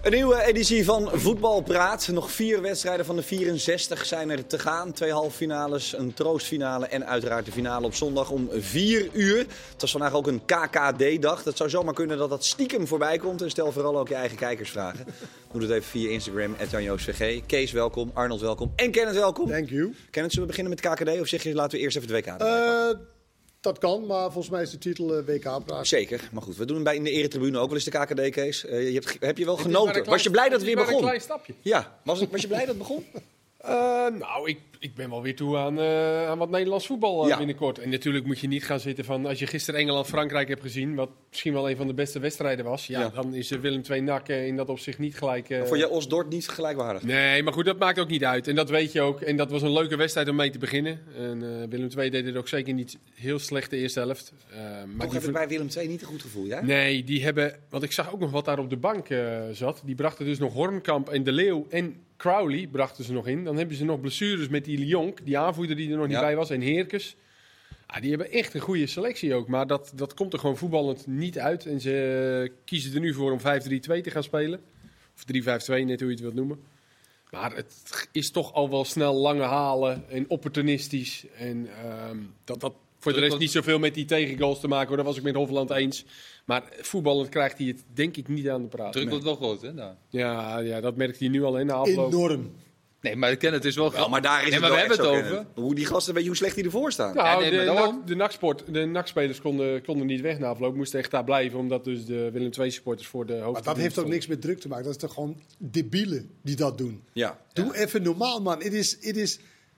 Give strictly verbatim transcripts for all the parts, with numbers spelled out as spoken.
Een nieuwe editie van Voetbalpraat. Nog vier wedstrijden van de vierenzestig zijn er te gaan. Twee halve finales, een troostfinale en uiteraard de finale op zondag om vier uur. Het was vandaag ook een K K D-dag. Dat zou zomaar kunnen dat dat stiekem voorbij komt. En stel vooral ook je eigen kijkersvragen. Doe het even via Instagram, at Jan Joost V G. Kees, welkom. Arnold, welkom. En Kenneth, welkom. Thank you. Kenneth, zullen we beginnen met K K D? Of zeg je, laten we eerst even het W K erbij Uh, dat kan, maar volgens mij is de titel uh, W K-praat. Zeker, maar goed. We doen hem bij in de eretribune ook wel eens de K K D, Kees. Uh, je hebt, heb je wel Het genoten? klein, Was je blij dat het weer begon? een klein stapje. Ja, was, het, was je blij dat het begon? Uh, nou, ik, ik ben wel weer toe aan, uh, aan wat Nederlands voetbal uh, Ja. binnenkort. En natuurlijk moet je niet gaan zitten van... Als je gisteren Engeland-Frankrijk hebt gezien... wat misschien wel een van de beste wedstrijden was... Ja, Ja. dan is uh, Willem twee N A C uh, in dat opzicht niet gelijk... Uh, Vond je Osdorp niet gelijkwaardig? Nee, maar goed, dat maakt ook niet uit. En dat weet je ook. En dat was een leuke wedstrijd om mee te beginnen. En uh, Willem twee deed het ook zeker niet heel slecht de eerste helft. Uh, maar Toch die heb ik bij Willem twee niet een goed gevoel, ja? Nee, die hebben... Want ik zag ook nog wat daar op de bank uh, zat. Die brachten dus nog Hornkamp en De Leeuw en Crowley brachten ze nog in. Dan hebben ze nog blessures met die Lyon, die aanvoerder die er nog niet Ja. bij was, en Heerkens. Ah, die hebben echt een goede selectie ook. Maar dat, dat komt er gewoon voetballend niet uit. En ze kiezen er nu voor om vijf drie twee te gaan spelen. Of drie vijf twee, net hoe je het wilt noemen. Maar het is toch al wel snel lange halen en opportunistisch. En ehm, dat dat voor de rest niet zoveel met die tegengoals te maken hoor. Dat was ik met Hofland eens. Maar voetballend krijgt hij het denk ik niet aan de praat. Druk wordt wel groot, hè? Daar. Ja, ja, dat merkt hij nu al in de afloop. Enorm. Nee, maar ik ken het is wel Wel, grappig. maar daar is Nee, het maar wel we echt hebben zo, het Kenneth. over. Hoe die gasten, weet je hoe slecht die ervoor staan? Nou, Ja, nee, maar de, daarom. NAC, de NAC-sport, de NAC-spelers konden, konden niet weg na afloop. Moesten echt daar blijven, omdat dus de Willem twee supporters voor de hoofd. Maar dat heeft ook niks met druk te maken. Dat is toch gewoon debielen die dat doen. Ja. Doe even normaal, man. Het is, het is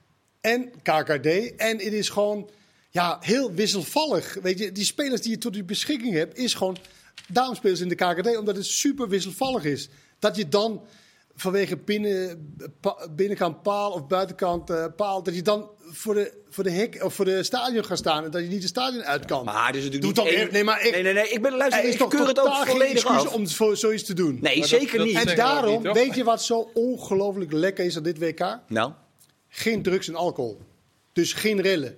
en K K D en het is gewoon ja, heel wisselvallig. Weet je, die spelers die je tot je beschikking hebt, is gewoon... Daarom spelen ze in de K K D, omdat het super wisselvallig is. Dat je dan vanwege binnen, pa, binnenkant paal of buitenkant uh, paal... dat je dan voor de, voor de hek of voor de stadion gaat staan... en dat je niet het stadion uit kan. Maar er is natuurlijk Doe niet toch één- even- nee, maar ik- nee, nee, nee. Ik ben luister, Er is ik toch keur het ook totaal geen volledig excuus af. om voor zoiets te doen. Nee, dat- zeker dat niet. zeggen En we ook daarom, niet, toch? weet je wat zo ongelooflijk lekker is aan dit W K? Nou, Geen drugs en alcohol. Dus geen rellen.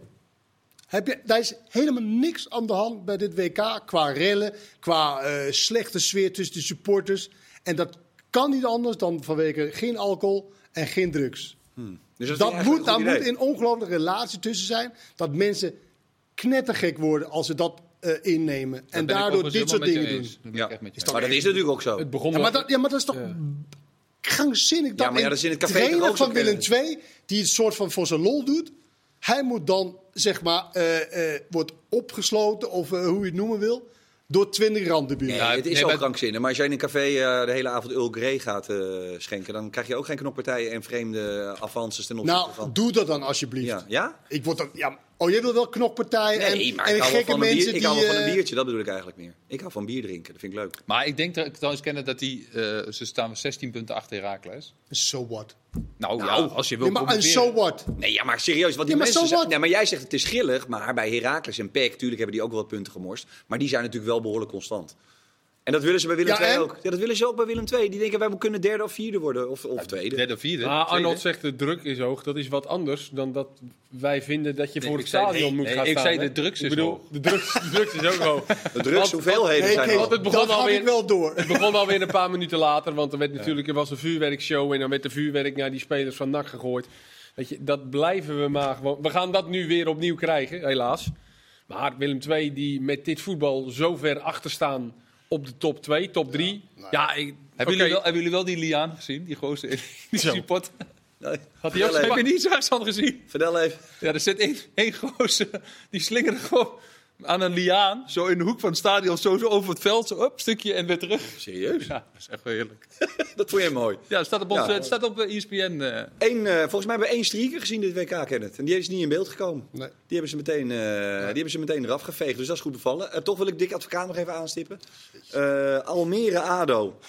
Heb je, daar is helemaal niks aan de hand bij dit W K qua rellen, qua uh, slechte sfeer tussen de supporters. En dat kan niet anders dan vanwege geen alcohol en geen drugs. hmm. dus dat, Dat vind je moet, daar eigenlijk moet een goed een ongelooflijke relatie tussen zijn. Dat mensen knettergek worden als ze dat uh, innemen. En daardoor dit soort dingen doen. idee. Ja. Echt met je Maar dat is natuurlijk ook zo. Het begon Ja, wel- maar dat, ja, maar dat is toch Ja. krankzinnig. Dat Ja, maar ja, een dat is in het café trainer toch ook zo, van Willem Kenneth? twee, die het soort van voor zijn lol doet, hij moet dan, zeg maar, uh, uh, wordt opgesloten, of uh, hoe je het noemen wil, door twintig randdeburen. Nee, Ja, het is nee, wel maar- krankzinnig. Maar als jij in een café uh, de hele avond Earl Grey gaat uh, schenken... dan krijg je ook geen knokpartijen en vreemde avances ten opzichte Nou, van... doe dat dan alsjeblieft. Ja? Ja? Ik word dan, ja, oh, jij wil wel knokpartijen Nee, en, maar en ik hou wel gekke van een, mensen bier, ik die... hou wel van een uh, biertje, dat bedoel ik eigenlijk meer. Ik hou van bier drinken, dat vind ik leuk. Maar ik denk dat ik trouwens kennen dat die... Uh, ze staan zestien punten achter Heracles. So what? Nou, Nou, ja, als je wil Nee, maar en promoveren. so what? Nee, ja, maar serieus, wat die Ja, maar mensen so zeggen... what? Nee, maar jij zegt het is grillig, maar bij Heracles en P E C... tuurlijk hebben die ook wel wat punten gemorst. Maar die zijn natuurlijk wel behoorlijk constant. En dat willen ze bij Willem Ja, twee en? ook. Ja, dat willen ze ook bij Willem twee. Die denken, wij kunnen derde of vierde worden, of, of tweede. Derde of vierde. Ah, Arnold Tweede. zegt de druk is hoog. Dat is wat anders dan dat wij vinden dat je Nee, voor ik het zei- stadion nee, moet nee, gaan ik staan. zei hè? de drugs Ik is bedoel, hoog. de drugs, de drugs is ook hoog. De drugs, Want- hoeveelheden Hey, zijn Kees, er want het begon dat had alweer- ik wel door. Het begon alweer een paar minuten later, want er werd natuurlijk, er was een vuurwerkshow en dan werd de vuurwerk naar die spelers van N A C gegooid. Weet je, dat blijven we maar gewoon. We gaan dat nu weer opnieuw krijgen, helaas. Maar Willem twee die met dit voetbal zo ver achter staan op de top twee, top drie. nou Ja, ik, Hebben, oké. jullie wel, hebben jullie wel die Liaan gezien? Die gozer in die Zo. support. Nee. Had hij ook Vertel Heb je niet zo van gezien? Vertel even. Ja, er zit één, één gozer. Die slingerde gewoon aan een liaan. Zo in de hoek van het stadion. Zo, zo over het veld. Zo op, een stukje en weer terug. Serieus? Ja, dat is echt wel heerlijk. Dat vond je mooi. Ja, het staat op, ons, Ja. het staat op E S P N. Uh, Eén, uh, volgens mij hebben we één streaker gezien dit W K, Kenneth. En die is niet in beeld gekomen. Nee. Die hebben ze meteen, uh, die hebben ze meteen eraf geveegd. Dus dat is goed bevallen. Uh, toch wil ik Dick Advocaat nog even aanstippen. Uh, Almere ADO.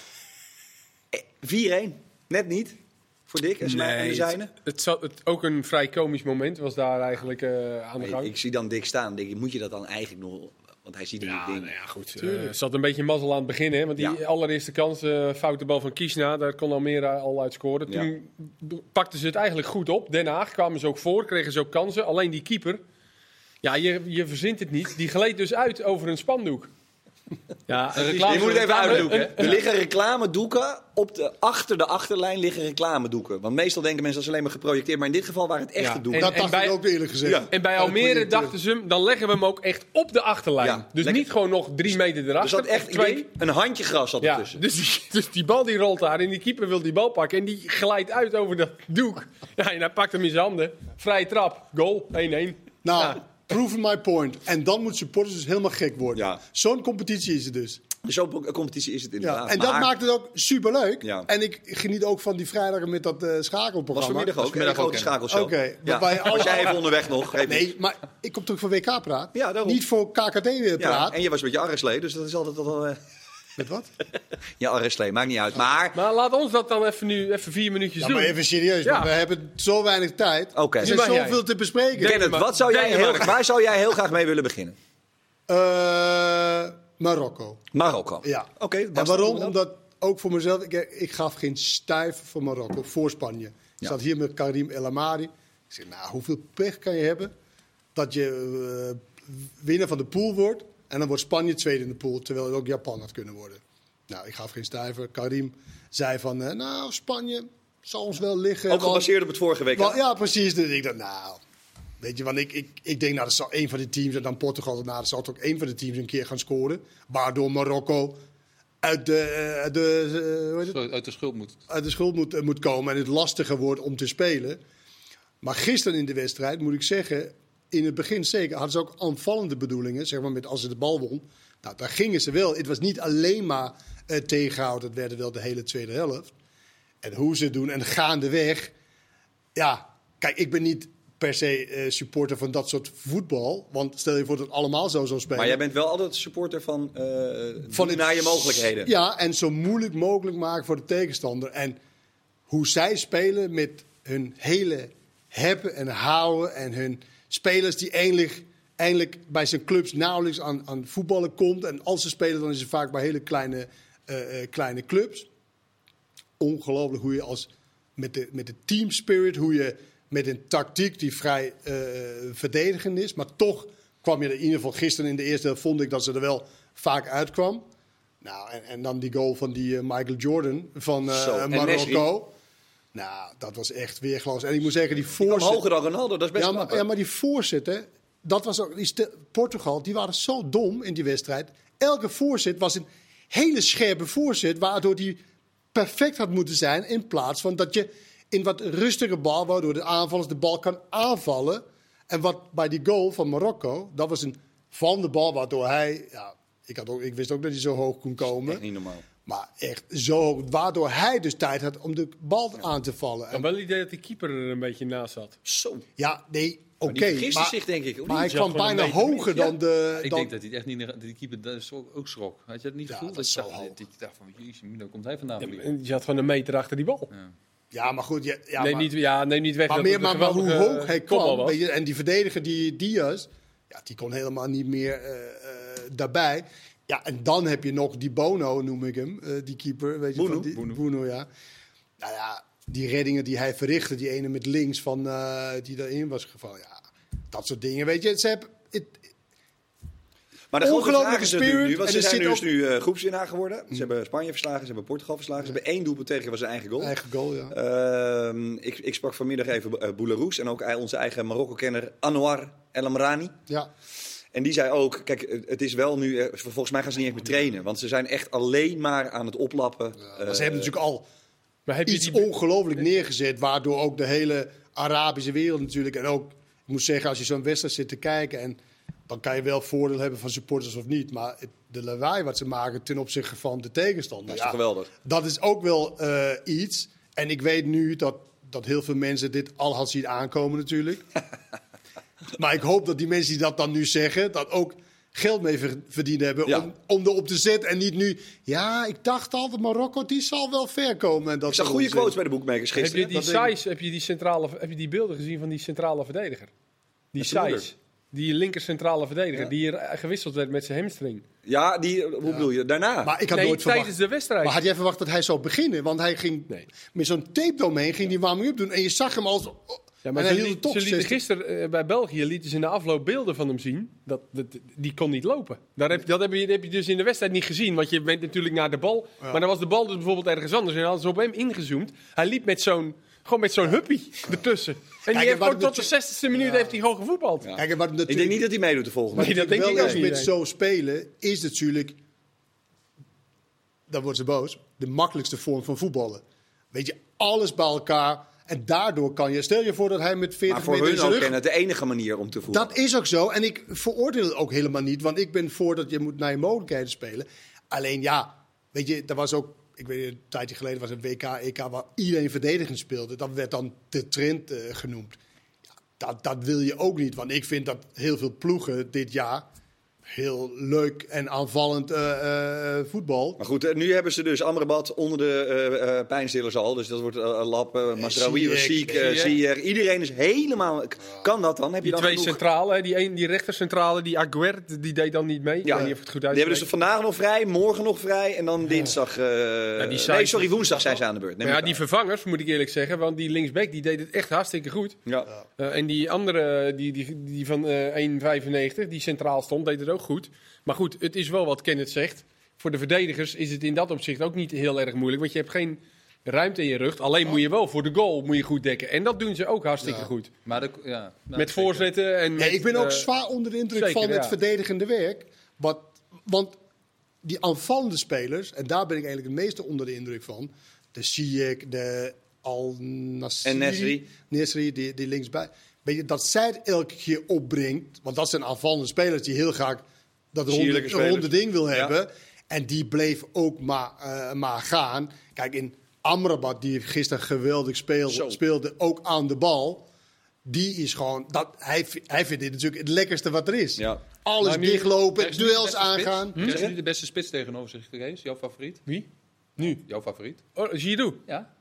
Eh, vier-een. Net niet. Voor Dick en zijn en de het, zijne. het, zat- het, ook een vrij komisch moment was daar eigenlijk uh, aan de Ik, gang. ik zie dan Dick staan. Denk ik, moet je dat dan eigenlijk nog... Want hij ziet Ja, die ding. nou ja, goed. Er uh, zat een beetje mazzel aan het begin. Hè? Want die Ja. allereerste kans, uh, foute bal van Kiesna, daar kon Almere al uit scoren. Ja. Toen pakten ze het eigenlijk goed op. Den Haag kwamen ze ook voor, kregen ze ook kansen. Alleen die keeper, ja, je, je verzint het niet. Die gleed dus uit over een spandoek. Ja, Een het is- reclame- Je moet het even reclame- uitdoeken. een- Er liggen reclamedoeken. Op de, achter de achterlijn liggen reclamedoeken. Want meestal denken mensen dat is alleen maar geprojecteerd. Maar in dit geval waren het echte Ja, doeken. en- Dat dacht bij- ik ook eerlijk gezegd. Ja. En bij Bij de Almere projecteur. dachten ze hem, dan leggen we hem ook echt op de achterlijn. Ja, dus lekker. niet gewoon nog drie meter Er erachter. zat echt of ik twee. denk, een handje gras zat Ja, ertussen. dus die, dus die bal die rolt daar en die keeper wil die bal pakken en die glijdt uit over dat doek. Ja, en hij pakt hem in zijn handen. Vrije trap, goal, één-één. Nou, Ja. proving my point. En dan moet supporters dus helemaal gek worden. Ja. Zo'n competitie is het dus. Zo'n competitie is het Ja. inderdaad. En dat Maar maakt het ook superleuk. Ja. En ik geniet ook van die vrijdagen met dat eh was schakelprogramma. vanmiddag ook. vanmiddag Een grote ook, schakelshow. Oké, Ja. waarbij alle- Was jij even onderweg nog? Geef Nee, niet. maar ik kom toch van W K praat. Ja, daarom. Niet voor K K D weer Ja, praat. en je was met je arreslee, dus dat is altijd al... Uh, Met wat? je arreslee, maakt niet uit. Maar, Maar laat ons dat dan even nu even vier minuutjes Ja, doen. maar even serieus. Ja. want We hebben zo weinig tijd. Oké. Er Nu is mag jij. zoveel te bespreken. Kenneth, maar- wat zou jij Denk heel, maar. waar zou jij heel graag mee willen beginnen? Eh, Marokko. Marokko. Ja. Oké, En Bas, waarom? doen we dat? Omdat ook voor mezelf, ik, ik gaf geen stijf voor Marokko, voor Spanje. Ik Ja. zat hier met Karim El Amari. Ik zeg, nou, hoeveel pech kan je hebben dat je eh, winnaar van de pool wordt en dan wordt Spanje tweede in de pool, terwijl het ook Japan had kunnen worden. Nou, ik gaf geen stijver. Karim zei van, eh, nou, Spanje zal ons wel liggen. Ook want- gebaseerd op het vorige week. Wel, ja, precies. Dus ik dacht, nou, weet je, want ik, ik, ik denk, nou, dat zal een van die teams, en dan Portugal, nou, dat zal toch één van de teams een keer gaan scoren. Waardoor Marokko uit de, eh, uit de, eh, hoe heet het? Zo uit de schuld moet. uit de schuld moet, moet komen en het lastiger wordt om te spelen. Maar gisteren in de wedstrijd, moet ik zeggen, in het begin zeker, hadden ze ook aanvallende bedoelingen, zeg maar, met als ze de bal won. Nou, daar gingen ze wel. Het was niet alleen maar uh, tegenhouden, het werden wel de hele tweede helft. En hoe ze het doen en gaandeweg. Ja, kijk, ik ben niet per se eh, supporter van dat soort voetbal. Want stel je voor dat het allemaal zo zou spelen. Maar jij bent wel altijd supporter van, uh, Van doen naar je mogelijkheden. Ja, en zo moeilijk mogelijk maken voor de tegenstander. En hoe zij spelen met hun hele hebben en houden. En hun spelers die eindelijk, eindelijk bij zijn clubs nauwelijks aan, aan voetballen komt. En als ze spelen, dan is het vaak bij hele kleine, uh, uh, kleine clubs. Ongelooflijk hoe je als met de, met de team spirit, hoe je met een tactiek die vrij uh, verdedigend is. Maar toch kwam je er in ieder geval gisteren in de eerste helft, vond ik dat ze er wel vaak uitkwam. Nou, en, en dan die goal van die uh, Michael Jordan van uh, Zo, en Marokko. Nou, dat was echt weerglas. En ik moet zeggen, die Die kwam voorzet... hoger dan Ronaldo, dat is best Ja, knap. maar, hè? ja, maar die voorzet, hè, dat was ook... Die stel- Portugal, die waren zo dom in die wedstrijd. Elke voorzet was een hele scherpe voorzet, waardoor die perfect had moeten zijn, in plaats van dat je in wat rustige bal, waardoor de aanvallers de bal kan aanvallen. En wat bij die goal van Marokko, dat was een van de bal, waardoor hij... Ja, ik, had ook, ik wist ook dat hij zo hoog kon komen. Echt niet normaal. Maar echt zo hoog, waardoor hij dus tijd had om de bal aan te vallen. Ik En, had wel het idee dat die keeper er een beetje naast zat. Zo. ja, nee, oké. Die vergiste maar, zich, denk ik. of maar hij niet? zag kwam gewoon een bijna meter hoger meer. dan de... Ik dan, denk dat hij echt niet, dat die keeper dat is ook ook schrok. Had je dat niet Ja, gevoeld? dat is ik zo dacht, hoog. dat je dacht van, jezus, daar komt hij vandaan vliegen. En je had gewoon een meter achter die bal. ja, maar goed. Ja, ja, neem, maar, niet, ja, neem niet weg maar, dat meer, het een maar, maar hoe geweldige hoog hij kopbal kwam. was. Weet je, en die verdediger, die Diaz, ja, die kon helemaal niet meer eh, eh, daarbij. Ja, en dan heb je nog die Bono, noem ik hem, eh, die keeper. Weet je, Bono? van die, Bono. Bono, ja. Nou ja, die reddingen die hij verrichtte, die ene met links van, eh, die daarin was gevallen. Ja, dat soort dingen, weet je. Ze hebben, het, Maar de grote Ongelofelijke vraag is natuurlijk spirit. nu, want En ze er zijn zit nu, ook- dus nu uh, groepswinnaar geworden. Ze hebben Spanje verslagen, ze hebben Portugal verslagen. Ze hebben één doelpunt tegen, was zijn eigen goal. eigen goal, ja. Ehm, ik, ik sprak vanmiddag even uh, Boularus en ook uh, onze eigen Marokko-kenner Anouar El Amrani. ja. En die zei ook, kijk, uh, het is wel nu, uh, volgens mij gaan ze niet eens meer trainen. Want ze zijn echt alleen maar aan het oplappen. Maar Uh, ze hebben natuurlijk al Maar heb je iets die, ongelooflijk neergezet, waardoor ook de hele Arabische wereld natuurlijk, en ook, ik moet zeggen, als je zo'n wedstrijd zit te kijken, en dan kan je wel voordeel hebben van supporters of niet, maar het, de lawaai wat ze maken ten opzichte van de tegenstander, dat is ja, toch geweldig. dat is ook wel uh, iets. En ik weet nu dat, dat heel veel mensen dit al had zien aankomen natuurlijk. Maar ik hoop dat die mensen die dat dan nu zeggen, dat ook geld mee ver- verdiend hebben Ja. om, om erop te zetten. En niet nu, ja, ik dacht altijd Marokko, die zal wel ver komen. En dat Ik zag soort goede onzin. quotes bij de boekmakers heb je gisteren. die dat denk ik. size, heb je die centrale, heb je die beelden gezien van die centrale verdediger? Die Met de moeder. size. Die linker centrale verdediger, Ja. die hier eh, gewisseld werd met zijn hamstring. Ja, die, hoe bedoel je? Daarna. Maar ik had Nee, nooit tijdens verwacht. de wedstrijd. Maar had jij verwacht dat hij zou beginnen? Want hij ging Nee. met zo'n tape doorheen, ging die warming-up doen. En je zag hem als Ja, maar En hij ze, hield liet, het toch ze lieten zestig gisteren uh, bij België lieten ze in de afloop beelden van hem zien. Dat, dat, die kon niet lopen. Daar heb, dat heb je, heb je dus in de wedstrijd niet gezien. Want je bent natuurlijk naar de bal. Ja. Maar dan was de bal dus bijvoorbeeld ergens anders. En dan hadden ze op hem ingezoomd. Hij liep met zo'n, gewoon met zo'n huppie ertussen. En die en heeft wat gewoon tot het- de zestigste minuut Ja. heeft hij gewoon gevoetbald. Ja. Kijk, en wat Ik natuurlijk, denk niet dat hij meedoet de volgende. Nee, week. dat denk wel ik ook is niet, met nee. zo spelen, is natuurlijk, dan wordt ze boos, de makkelijkste vorm van voetballen. Weet je, alles bij elkaar. En daardoor kan je, stel je voor dat hij met Maar veertig voor meter in hun zijn ook rug... en het de enige manier om te voelen. Dat is ook zo. En ik veroordeel het ook helemaal niet. Want ik ben voor dat je moet naar je mogelijkheden spelen. Alleen ja, weet je, er was ook... Ik weet een tijdje geleden was een W K, E K waar iedereen verdedigend speelde. Dat werd dan de trend uh, genoemd. Ja, dat, dat wil je ook niet. Want ik vind dat heel veel ploegen dit jaar heel leuk en aanvallend uh, uh, voetbal. Maar goed, eh, nu hebben ze dus Amrabat onder de eh, eh, pijnstillers al. Dus dat wordt uh, Lap, uh, Masraoui, Ziyech, Ziek, Ziyech. Zier. Iedereen is helemaal... Kan dat dan? Heb je Die dan twee genoeg? centrale, hè, die, een, die rechtercentrale, die Aguer, die deed dan niet mee. Ik Ja. weet niet of ik het goed Die hebben uitspreek. dus vandaag nog vrij, morgen nog vrij en dan dinsdag... eh, die nee, zei- sorry, woensdag zijn ze aan de beurt. Neem Maar ja, ik die aan. vervangers, moet ik eerlijk zeggen. Want die linksback, die deed het echt hartstikke goed. Ja. Uh, en die andere, die, die, die van uh, één komma vijfennegentig, die centraal stond, deed het ook goed. Maar goed, het is wel wat Kenneth zegt. Voor de verdedigers is het in dat opzicht ook niet heel erg moeilijk. Want je hebt geen ruimte in je rug. Alleen moet je wel voor de goal moet je goed dekken. En dat doen ze ook hartstikke Ja. goed. Maar de, ja, nou, Met zeker. voorzetten en met, Nee, ik ben ook uh, zwaar onder de indruk zeker, van het ja. verdedigende werk. Wat, want die aanvallende spelers, en daar ben ik eigenlijk het meeste onder de indruk van. De Ziyech, de Al-Nassiri. En Nesri. Nesri, die, die linksbij. Weet je, dat zij het elke keer opbrengt. Want dat zijn aanvallende spelers die heel graag dat ronde, Sierlijke spelers. ronde ding wil Ja. hebben. En die bleef ook maar, uh, maar gaan. Kijk, in Amrabat, die gisteren geweldig speelde, Zo. speelde ook aan de bal. Die is gewoon, dat, hij, vi- hij vindt dit natuurlijk het lekkerste wat er is. Ja. Alles Maar nu- dichtlopen, Krijg je nu de duels beste spits? aangaan. Krijg je nu de beste spits tegenover zich, Kees? Jouw favoriet? Wie? Nu? Jouw favoriet? Oh, Giroud. Ja.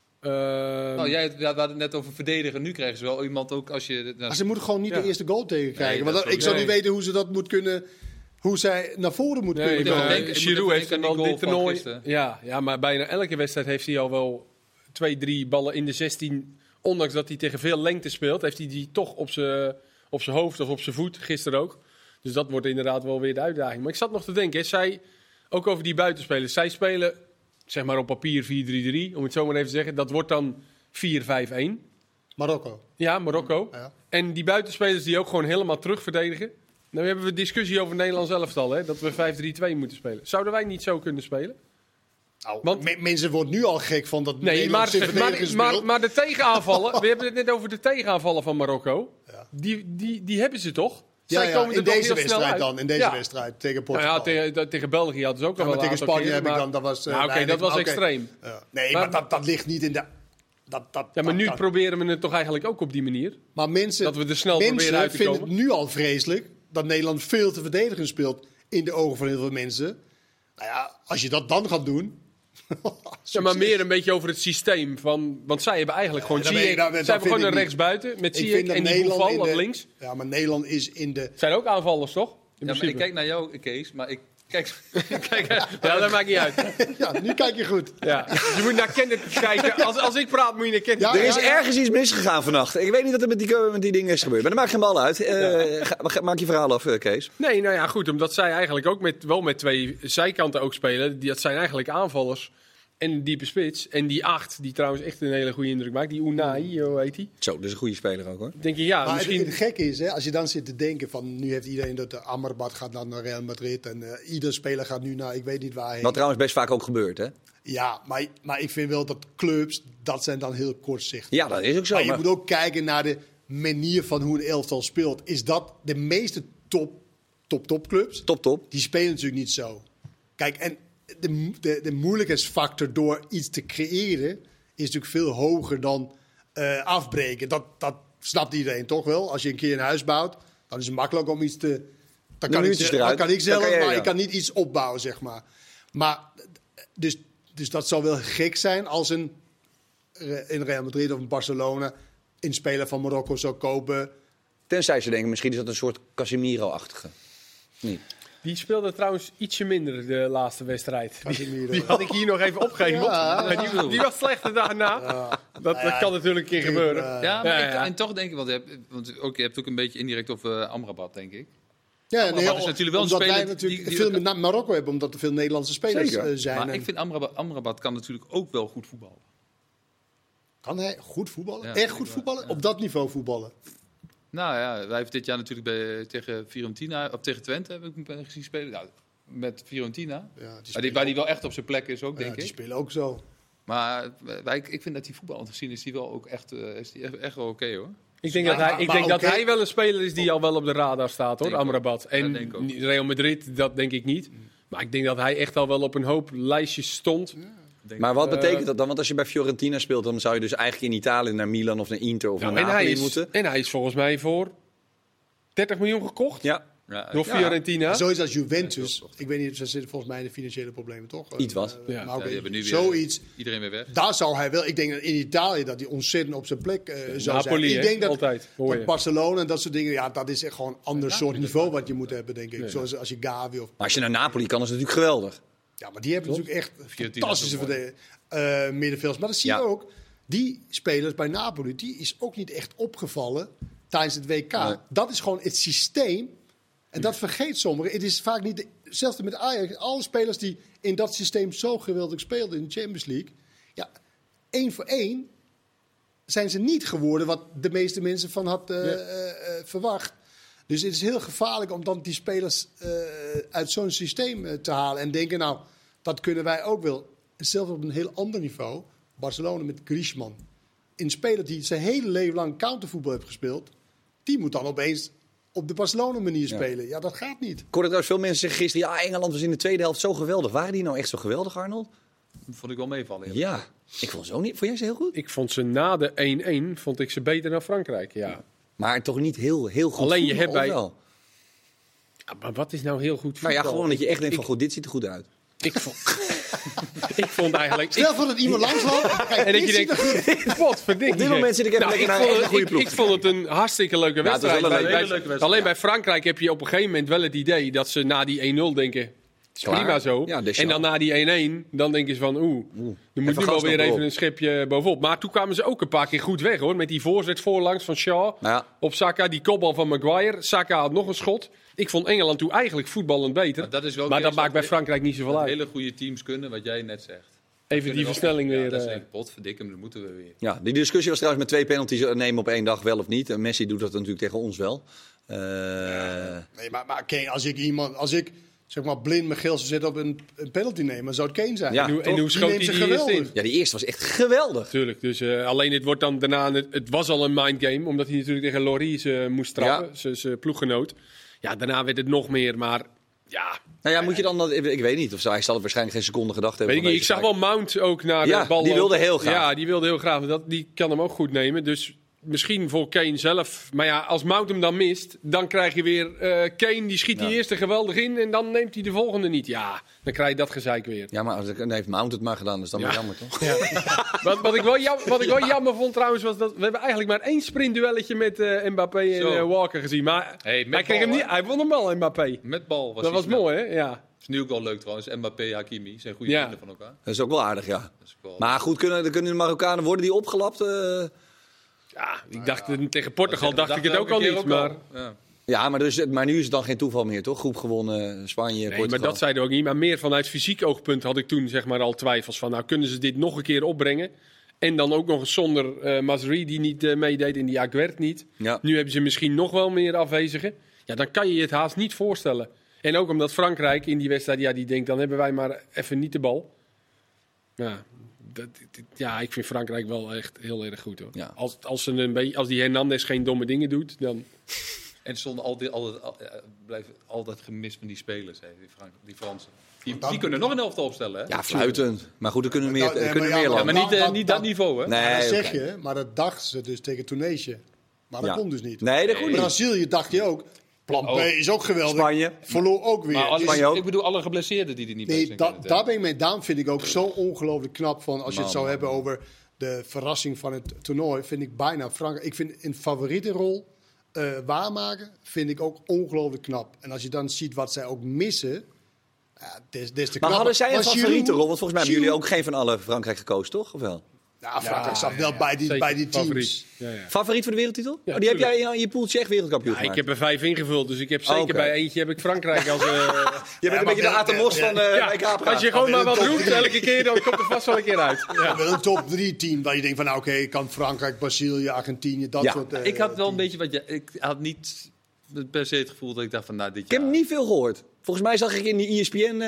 Uh, Oh, jij, ja, we hadden het net over verdedigen. Nu krijgen ze wel iemand ook als je... Maar ze moeten gewoon niet Ja. de eerste goal tegenkrijgen. Nee, want dat dat- is ik zou ook- niet weten hoe ze dat moet kunnen, hoe zij naar voren moeten Nee, kunnen moet uh, even komen. denken- je moet Giroud even heeft denken aan dan die dit goal van toernooi. gisteren. Ja, ja, maar bijna elke wedstrijd heeft hij al wel twee, drie ballen in de zestien. Ondanks dat hij tegen veel lengte speelt, heeft hij die toch op zijn op zijn hoofd of op zijn voet. Gisteren ook. Dus dat wordt inderdaad wel weer de uitdaging. Maar ik zat nog te denken, hè, zij, ook over die buitenspelers. Zij spelen zeg maar op papier vier drie drie, om het zo maar even te zeggen. Dat wordt dan vier vijf een. Marokko. Ja, Marokko. Ja. En die buitenspelers die ook gewoon helemaal terug verdedigen. Nou hebben we discussie over het Nederlands elftal, hè, dat we vijf drie twee moeten spelen. Zouden wij niet zo kunnen spelen? Nou, Want- me- mensen worden nu al gek van dat Nee, maar, Nederlandse maar, verdedigers maar, speelt. maar de tegenaanvallen, we hebben het net over de tegenaanvallen van Marokko. Ja. Die, die, die hebben ze toch? Ja, Zij ja, komen er in toch deze heel snel wedstrijd uit. dan. In deze Ja. wedstrijd tegen Nou Portugal. ja, tegen, dat- tegen België hadden ze ook Ja, al maar wel tegen een aantal Spanje heb keren, ik maar- dan, dat was... uh, Nou, oké, weinig, dat was maar oké. extreem. Ja. Nee, Maar- maar, dat, dat ligt niet in de... Dat, dat, Ja, maar dat- nu dat- proberen we het toch eigenlijk ook op die manier. Maar mensen, Dat we er snel proberen mensen uit te vinden komen. het nu al vreselijk dat Nederland veel te verdedigen speelt in de ogen van heel veel mensen. Nou ja, als je dat dan gaat doen... Ja, maar meer een beetje over het systeem. Van, want zij hebben eigenlijk gewoon dan ben je- Ziyech. dan- Zij dan hebben vind gewoon een ik niet. rechtsbuiten met Ik Ziyech vind dat en die Nederland Boufal in op de- links. Ja, maar Nederland is in de... Zijn ook aanvallers, toch? In Ja, maar ik principe. kijk naar jou, Kees, maar ik kijk... kijk Ja, dat maakt niet uit. Ja, nu kijk je goed. Ja. Dus je moet naar Kenneth kijken. Als, als ik praat, moet je naar Kenneth Ja, Er kijken. is ergens iets misgegaan vannacht. Ik weet niet wat er met die, met die dingen is gebeurd. Maar dat maakt geen bal uit. Eh, ga- ga- maak je verhaal af, eh, Kees. Nee, nou ja, goed. Omdat zij eigenlijk ook met, wel met twee zijkanten ook spelen. Die, dat zijn eigenlijk aanvallers. En een diepe spits. En die acht, die trouwens echt een hele goede indruk maakt. Die Unai, hoe heet die? Zo, dat is een goede speler ook hoor. Denk je, ja, Maar misschien... het, het gekke is, hè, als je dan zit te denken van... Nu heeft iedereen dat de Amrabat gaat naar Real Madrid. En uh, ieder speler gaat nu naar ik weet niet waarheen. Wat trouwens best vaak ook gebeurt, hè? Ja, maar, maar ik vind wel dat clubs, dat zijn dan heel kortzichtig. Ja, dat is ook zo. Maar je maar- moet ook kijken naar de manier van hoe een elftal speelt. Is dat de meeste top, top, topclubs? Top, top. Die spelen natuurlijk niet zo. Kijk, en de, de, de moeilijkheidsfactor door iets te creëren is natuurlijk veel hoger dan eh, afbreken. Dat, dat snapt iedereen toch wel. Als je een keer een huis bouwt, dan is het makkelijk om iets te... Dan kan, ik, muurtjes dan eruit. kan ik zelf, Dan kan jij, maar ja. ik kan niet iets opbouwen, zeg maar. Maar, dus, dus dat zou wel gek zijn als een in Real Madrid of in Barcelona een speler van Marokko zou kopen. Tenzij ze denken, misschien is dat een soort Casemiro-achtige. Niet. Die speelde trouwens ietsje minder de laatste wedstrijd. Die, Casemiro. die had ik hier nog even opgehemeld. Ja. Maar die, die was slechter daarna. Ja. Dat, dat kan natuurlijk een keer gebeuren. Ja, Ja, maar Ja, ik- ja. en toch denk ik, want je hebt, want ook, je hebt ook een beetje indirect over uh, Amrabat, denk ik. Ja, Maar het is natuurlijk wel een omdat speler wij die- natuurlijk die- veel die- met Marokko hebben, omdat er veel Nederlandse spelers Zeker. uh, zijn. Maar En ik vind Amrabat, Amrabat kan natuurlijk ook wel goed voetballen. Kan hij goed voetballen? Ja, Echt ik goed wel, voetballen? ja. Op dat niveau voetballen? Nou ja, wij heeft dit jaar natuurlijk bij, tegen Fiorentina, of tegen Twente heb ik hem gezien spelen. Nou, met Fiorentina. Ja, die Maar die, spelen waar die ook- wel echt op zijn plek is ook, ja, denk die ik. spelen ook zo. Maar wij, ik vind dat die voetbal gezien is die wel ook echt, uh, is die echt, echt wel oké hoor. Ik denk, Maar- dat, hij, ik maar denk dat oké. hij wel een speler is die al wel op de radar staat, hoor, Denk ook. Amrabat. Ja, En denk ook. niet- Real Madrid, dat denk ik niet. Maar ik denk dat hij echt al wel op een hoop lijstjes stond. Denk Maar ik. wat Eh, betekent dat dan? Want als je bij Fiorentina speelt, dan zou je dus eigenlijk in Italië naar Milan of naar Inter of Nou, naar en, hij Napoli is, moeten. en hij is volgens mij voor dertig miljoen gekocht Ja, Ja, door Ja. Fiorentina. Zoiets als Juventus. Ik weet niet, ze zitten volgens mij in de financiële problemen, toch? Iets wat. Uh, Ja. maar oké, ja, die hebben nu weer zoiets. iedereen weer weg. Daar zou hij wel. Ik denk dat in Italië dat hij ontzettend op zijn plek uh, zou Napoli, zijn. Ik hè? denk dat, Altijd, hoor dat je. Barcelona en dat soort dingen. Ja, dat is echt gewoon een ander soort niveau wat je moet hebben, denk ik. Nee. Zoals als je Gavi of. maar als je naar Napoli kan, is het natuurlijk geweldig. Ja, maar die hebben natuurlijk echt Fiorentina fantastische is ook mooi. verdedigen- uh, middenvelders. Maar dat zie je Ja. ook. Die spelers bij Napoli, die is ook niet echt opgevallen tijdens het W K. Nee. Dat is gewoon het systeem. En dat vergeet sommigen. Het is vaak niet... De, zelfs met Ajax, alle spelers die in dat systeem zo geweldig speelden in de Champions League. Ja, één voor één zijn ze niet geworden wat de meeste mensen van had uh, Ja. uh, uh, verwacht. Dus het is heel gevaarlijk om dan die spelers uh, uit zo'n systeem uh, te halen. En denken, nou, dat kunnen wij ook wel. En zelfs op een heel ander niveau. Barcelona met Griezmann. Een speler die zijn hele leven lang countervoetbal heeft gespeeld. Die moet dan opeens op de Barcelona-manier spelen. Ja, dat gaat niet. Ik hoorde trouwens veel mensen zeggen gisteren, ja, Engeland was in de tweede helft zo geweldig. Waren die nou echt zo geweldig, Arnold? Dat vond ik wel meevallen. eerlijk. Ja, ik vond ze ook niet. Vond jij ze heel goed? Ik vond ze na de één-één vond ik ze beter dan Frankrijk, ja. Maar toch niet heel, heel goed Alleen je voetbal, hebt bij- of wel? Ja, maar wat is nou heel goed voetbal? Nou ja, gewoon dat je echt denkt Ik- van, goed, dit ziet er goed uit. Ik vond, ik vond eigenlijk... Stel voor dat iemand langsloopt. Kijk, En dat je dit ziet er goed denkt, wat verdikt. Op dit moment zit ik even lekker naar vond een het, goede ik, ploeg. ik vond het een hartstikke leuke het was wedstrijd. wel een Bij- hele bij- leuke wedstrijd, alleen ja. bij Frankrijk heb je op een gegeven moment wel het idee dat ze na die één-nul denken... Het is Klaar. prima zo. Ja, Deschamps. En dan na die één-één, dan denken ze van oeh, er moet Even nu wel gas weer nog even erop. een schipje bovenop. Maar toen kwamen ze ook een paar keer goed weg hoor. Met die voorzet voorlangs van Shaw Ja. op Saka, die kopbal van Maguire. Saka had nog een schot. Ik vond Engeland toen eigenlijk voetballend beter. Maar dat is wel maar dat juist maakt bij wat- Frankrijk niet zoveel Dat uit. hele goede teams kunnen, wat jij net zegt. Even die Kunnen wel- versnelling ja, weer. Dat is eh, echt potverdikke, dat moeten we weer. Ja, die discussie was trouwens met twee penalties nemen op één dag wel of niet. En Messi doet dat natuurlijk tegen ons wel. Eh, Nee, maar, maar Kane, als ik iemand, als ik zeg maar blind mijn geel zou zetten op een, een penalty nemen, zou het Kane zijn. Ja, en hoe, en toch? hoe Die schoot neemt hij ze die eerst geweldig. in? Ja, die eerste was echt geweldig. Tuurlijk, dus eh, alleen het wordt dan daarna, een- het was al een mindgame, omdat hij natuurlijk tegen Loris eh, moest trappen, Ja. zijn zijn ploeggenoot. Ja, daarna werd het nog meer, maar ja, Nou ja, moet je dan, dat- ik weet niet, of zo, hij zal het waarschijnlijk geen seconde gedacht hebben. weet ik van niet. Ik deze zag wel Mount ook naar Ja, de bal. die wilde lopen. heel graag. Ja, die wilde heel graag. Dat, die kan hem ook goed nemen, dus misschien voor Kane zelf. Maar ja, als Mount hem dan mist, dan krijg je weer eh, Kane, die schiet die Ja. eerste geweldig in en dan neemt hij de volgende niet. Ja, dan krijg je dat gezeik weer. Ja, maar als ik- dan heeft Mount het maar gedaan, dat is dan Ja. wel jammer, toch? Wat, wat, ik wel jam, wat ik wel jammer vond trouwens, was dat we hebben eigenlijk maar één sprintduelletje met eh, Mbappé en Zo. eh, Walker gezien. Maar Hey, met hij, kreeg bal, hem niet, hè? hij won hem wel, Mbappé. Met bal was Dat hij was snel. mooi, hè? Ja. Is nu ook wel leuk trouwens. Mbappé, Hakimi zijn goede Ja. vrienden van elkaar. Dat is ook wel aardig, ja. Dat is ook wel... Maar goed, kunnen, kunnen de Marokkanen, worden die opgelapt? eh? Ja, ik dacht eh, tegen Portugal dacht ik het ook elke al keer niet. Maar, Ja. Ja, maar, dus, maar nu is het dan geen toeval meer, toch? Groep gewonnen, Spanje, nee, Portugal. maar dat zeiden we ook niet. Maar meer vanuit fysiek oogpunt had ik toen zeg maar al twijfels van, nou kunnen ze dit nog een keer opbrengen? En dan ook nog eens zonder eh Mazri die niet eh, meedeed en die Aguert niet. Ja. Nu hebben ze misschien nog wel meer afwezigen. Ja, dan kan je je het haast niet voorstellen. En ook omdat Frankrijk in die wedstrijd, ja, die denkt, dan hebben wij maar even niet de bal. Ja, dat, dit- ja ik vind Frankrijk wel echt heel erg goed hoor. Ja. Als, als, ze een beetje, als die Hernandez geen domme dingen doet, dan... En zonder altijd, altijd, al- eh, blijft altijd gemist van die spelers, hè, die, Frank, die Fransen. Die, Dat- die kunnen nog een elftal opstellen, hè? Ja, fluitend. Maar goed, er kunnen meer, Nou, nee, er kunnen maar ja, meer maar- landen. Maar niet, eh, dat- niet dat- dat niveau, hè? Nee, Ja, dat oké. zeg je, maar dat dachten ze dus tegen Tunesië. Maar dat Ja. komt dus niet. Nee, dat komt niet. Brazilië dacht je ook. Plan B Oh. is ook geweldig. Spanje. Verloor ook weer. Maar alle, Dus- Spanje ook. ik bedoel, alle geblesseerden die er niet bij nee, zijn. da, kunnen, hè? daar ben ik mee. Daarom vind ik ook zo ongelooflijk knap van. Als je het Man, zou man, hebben man. over de verrassing van het toernooi. Vind ik bijna Frankrijk. Ik vind een favorietenrol uh, waarmaken, vind ik ook ongelooflijk knap. En als je dan ziet wat zij ook missen... Ja, des, des te Maar hadden zij een Want favoriete Giroud- rol? Want volgens mij hebben jullie Giroud- ook geen van alle Frankrijk gekozen, toch? Of wel? Ja, Frankrijk Ja, zat wel ja, bij die, zeker bij die teams. favoriet. Ja, ja. Favoriet voor de wereldtitel? Ja, oh, die heb tuurlijk. jij in je poeltje echt wereldkampioen Ja, ik gemaakt. heb er vijf ingevuld, dus ik heb zeker Oh, oké. bij eentje heb ik Frankrijk als... Uh, Je bent Ja, een beetje de maar- Atemos ja, van uh, ja, W K praat. als je gewoon maar Maar wat wel roept top elke keer, dan komt er vast wel een keer uit. Ja. Wel een top drie team waar je denkt van nou oké, kan Frankrijk, Brazilië, Argentinië, dat Ja. soort... eh, Ik had wel een teams. beetje wat je. Ik had niet per se het gevoel dat ik dacht van nou dit Ik heb jaar. niet veel gehoord. Volgens mij zag ik in die E S P N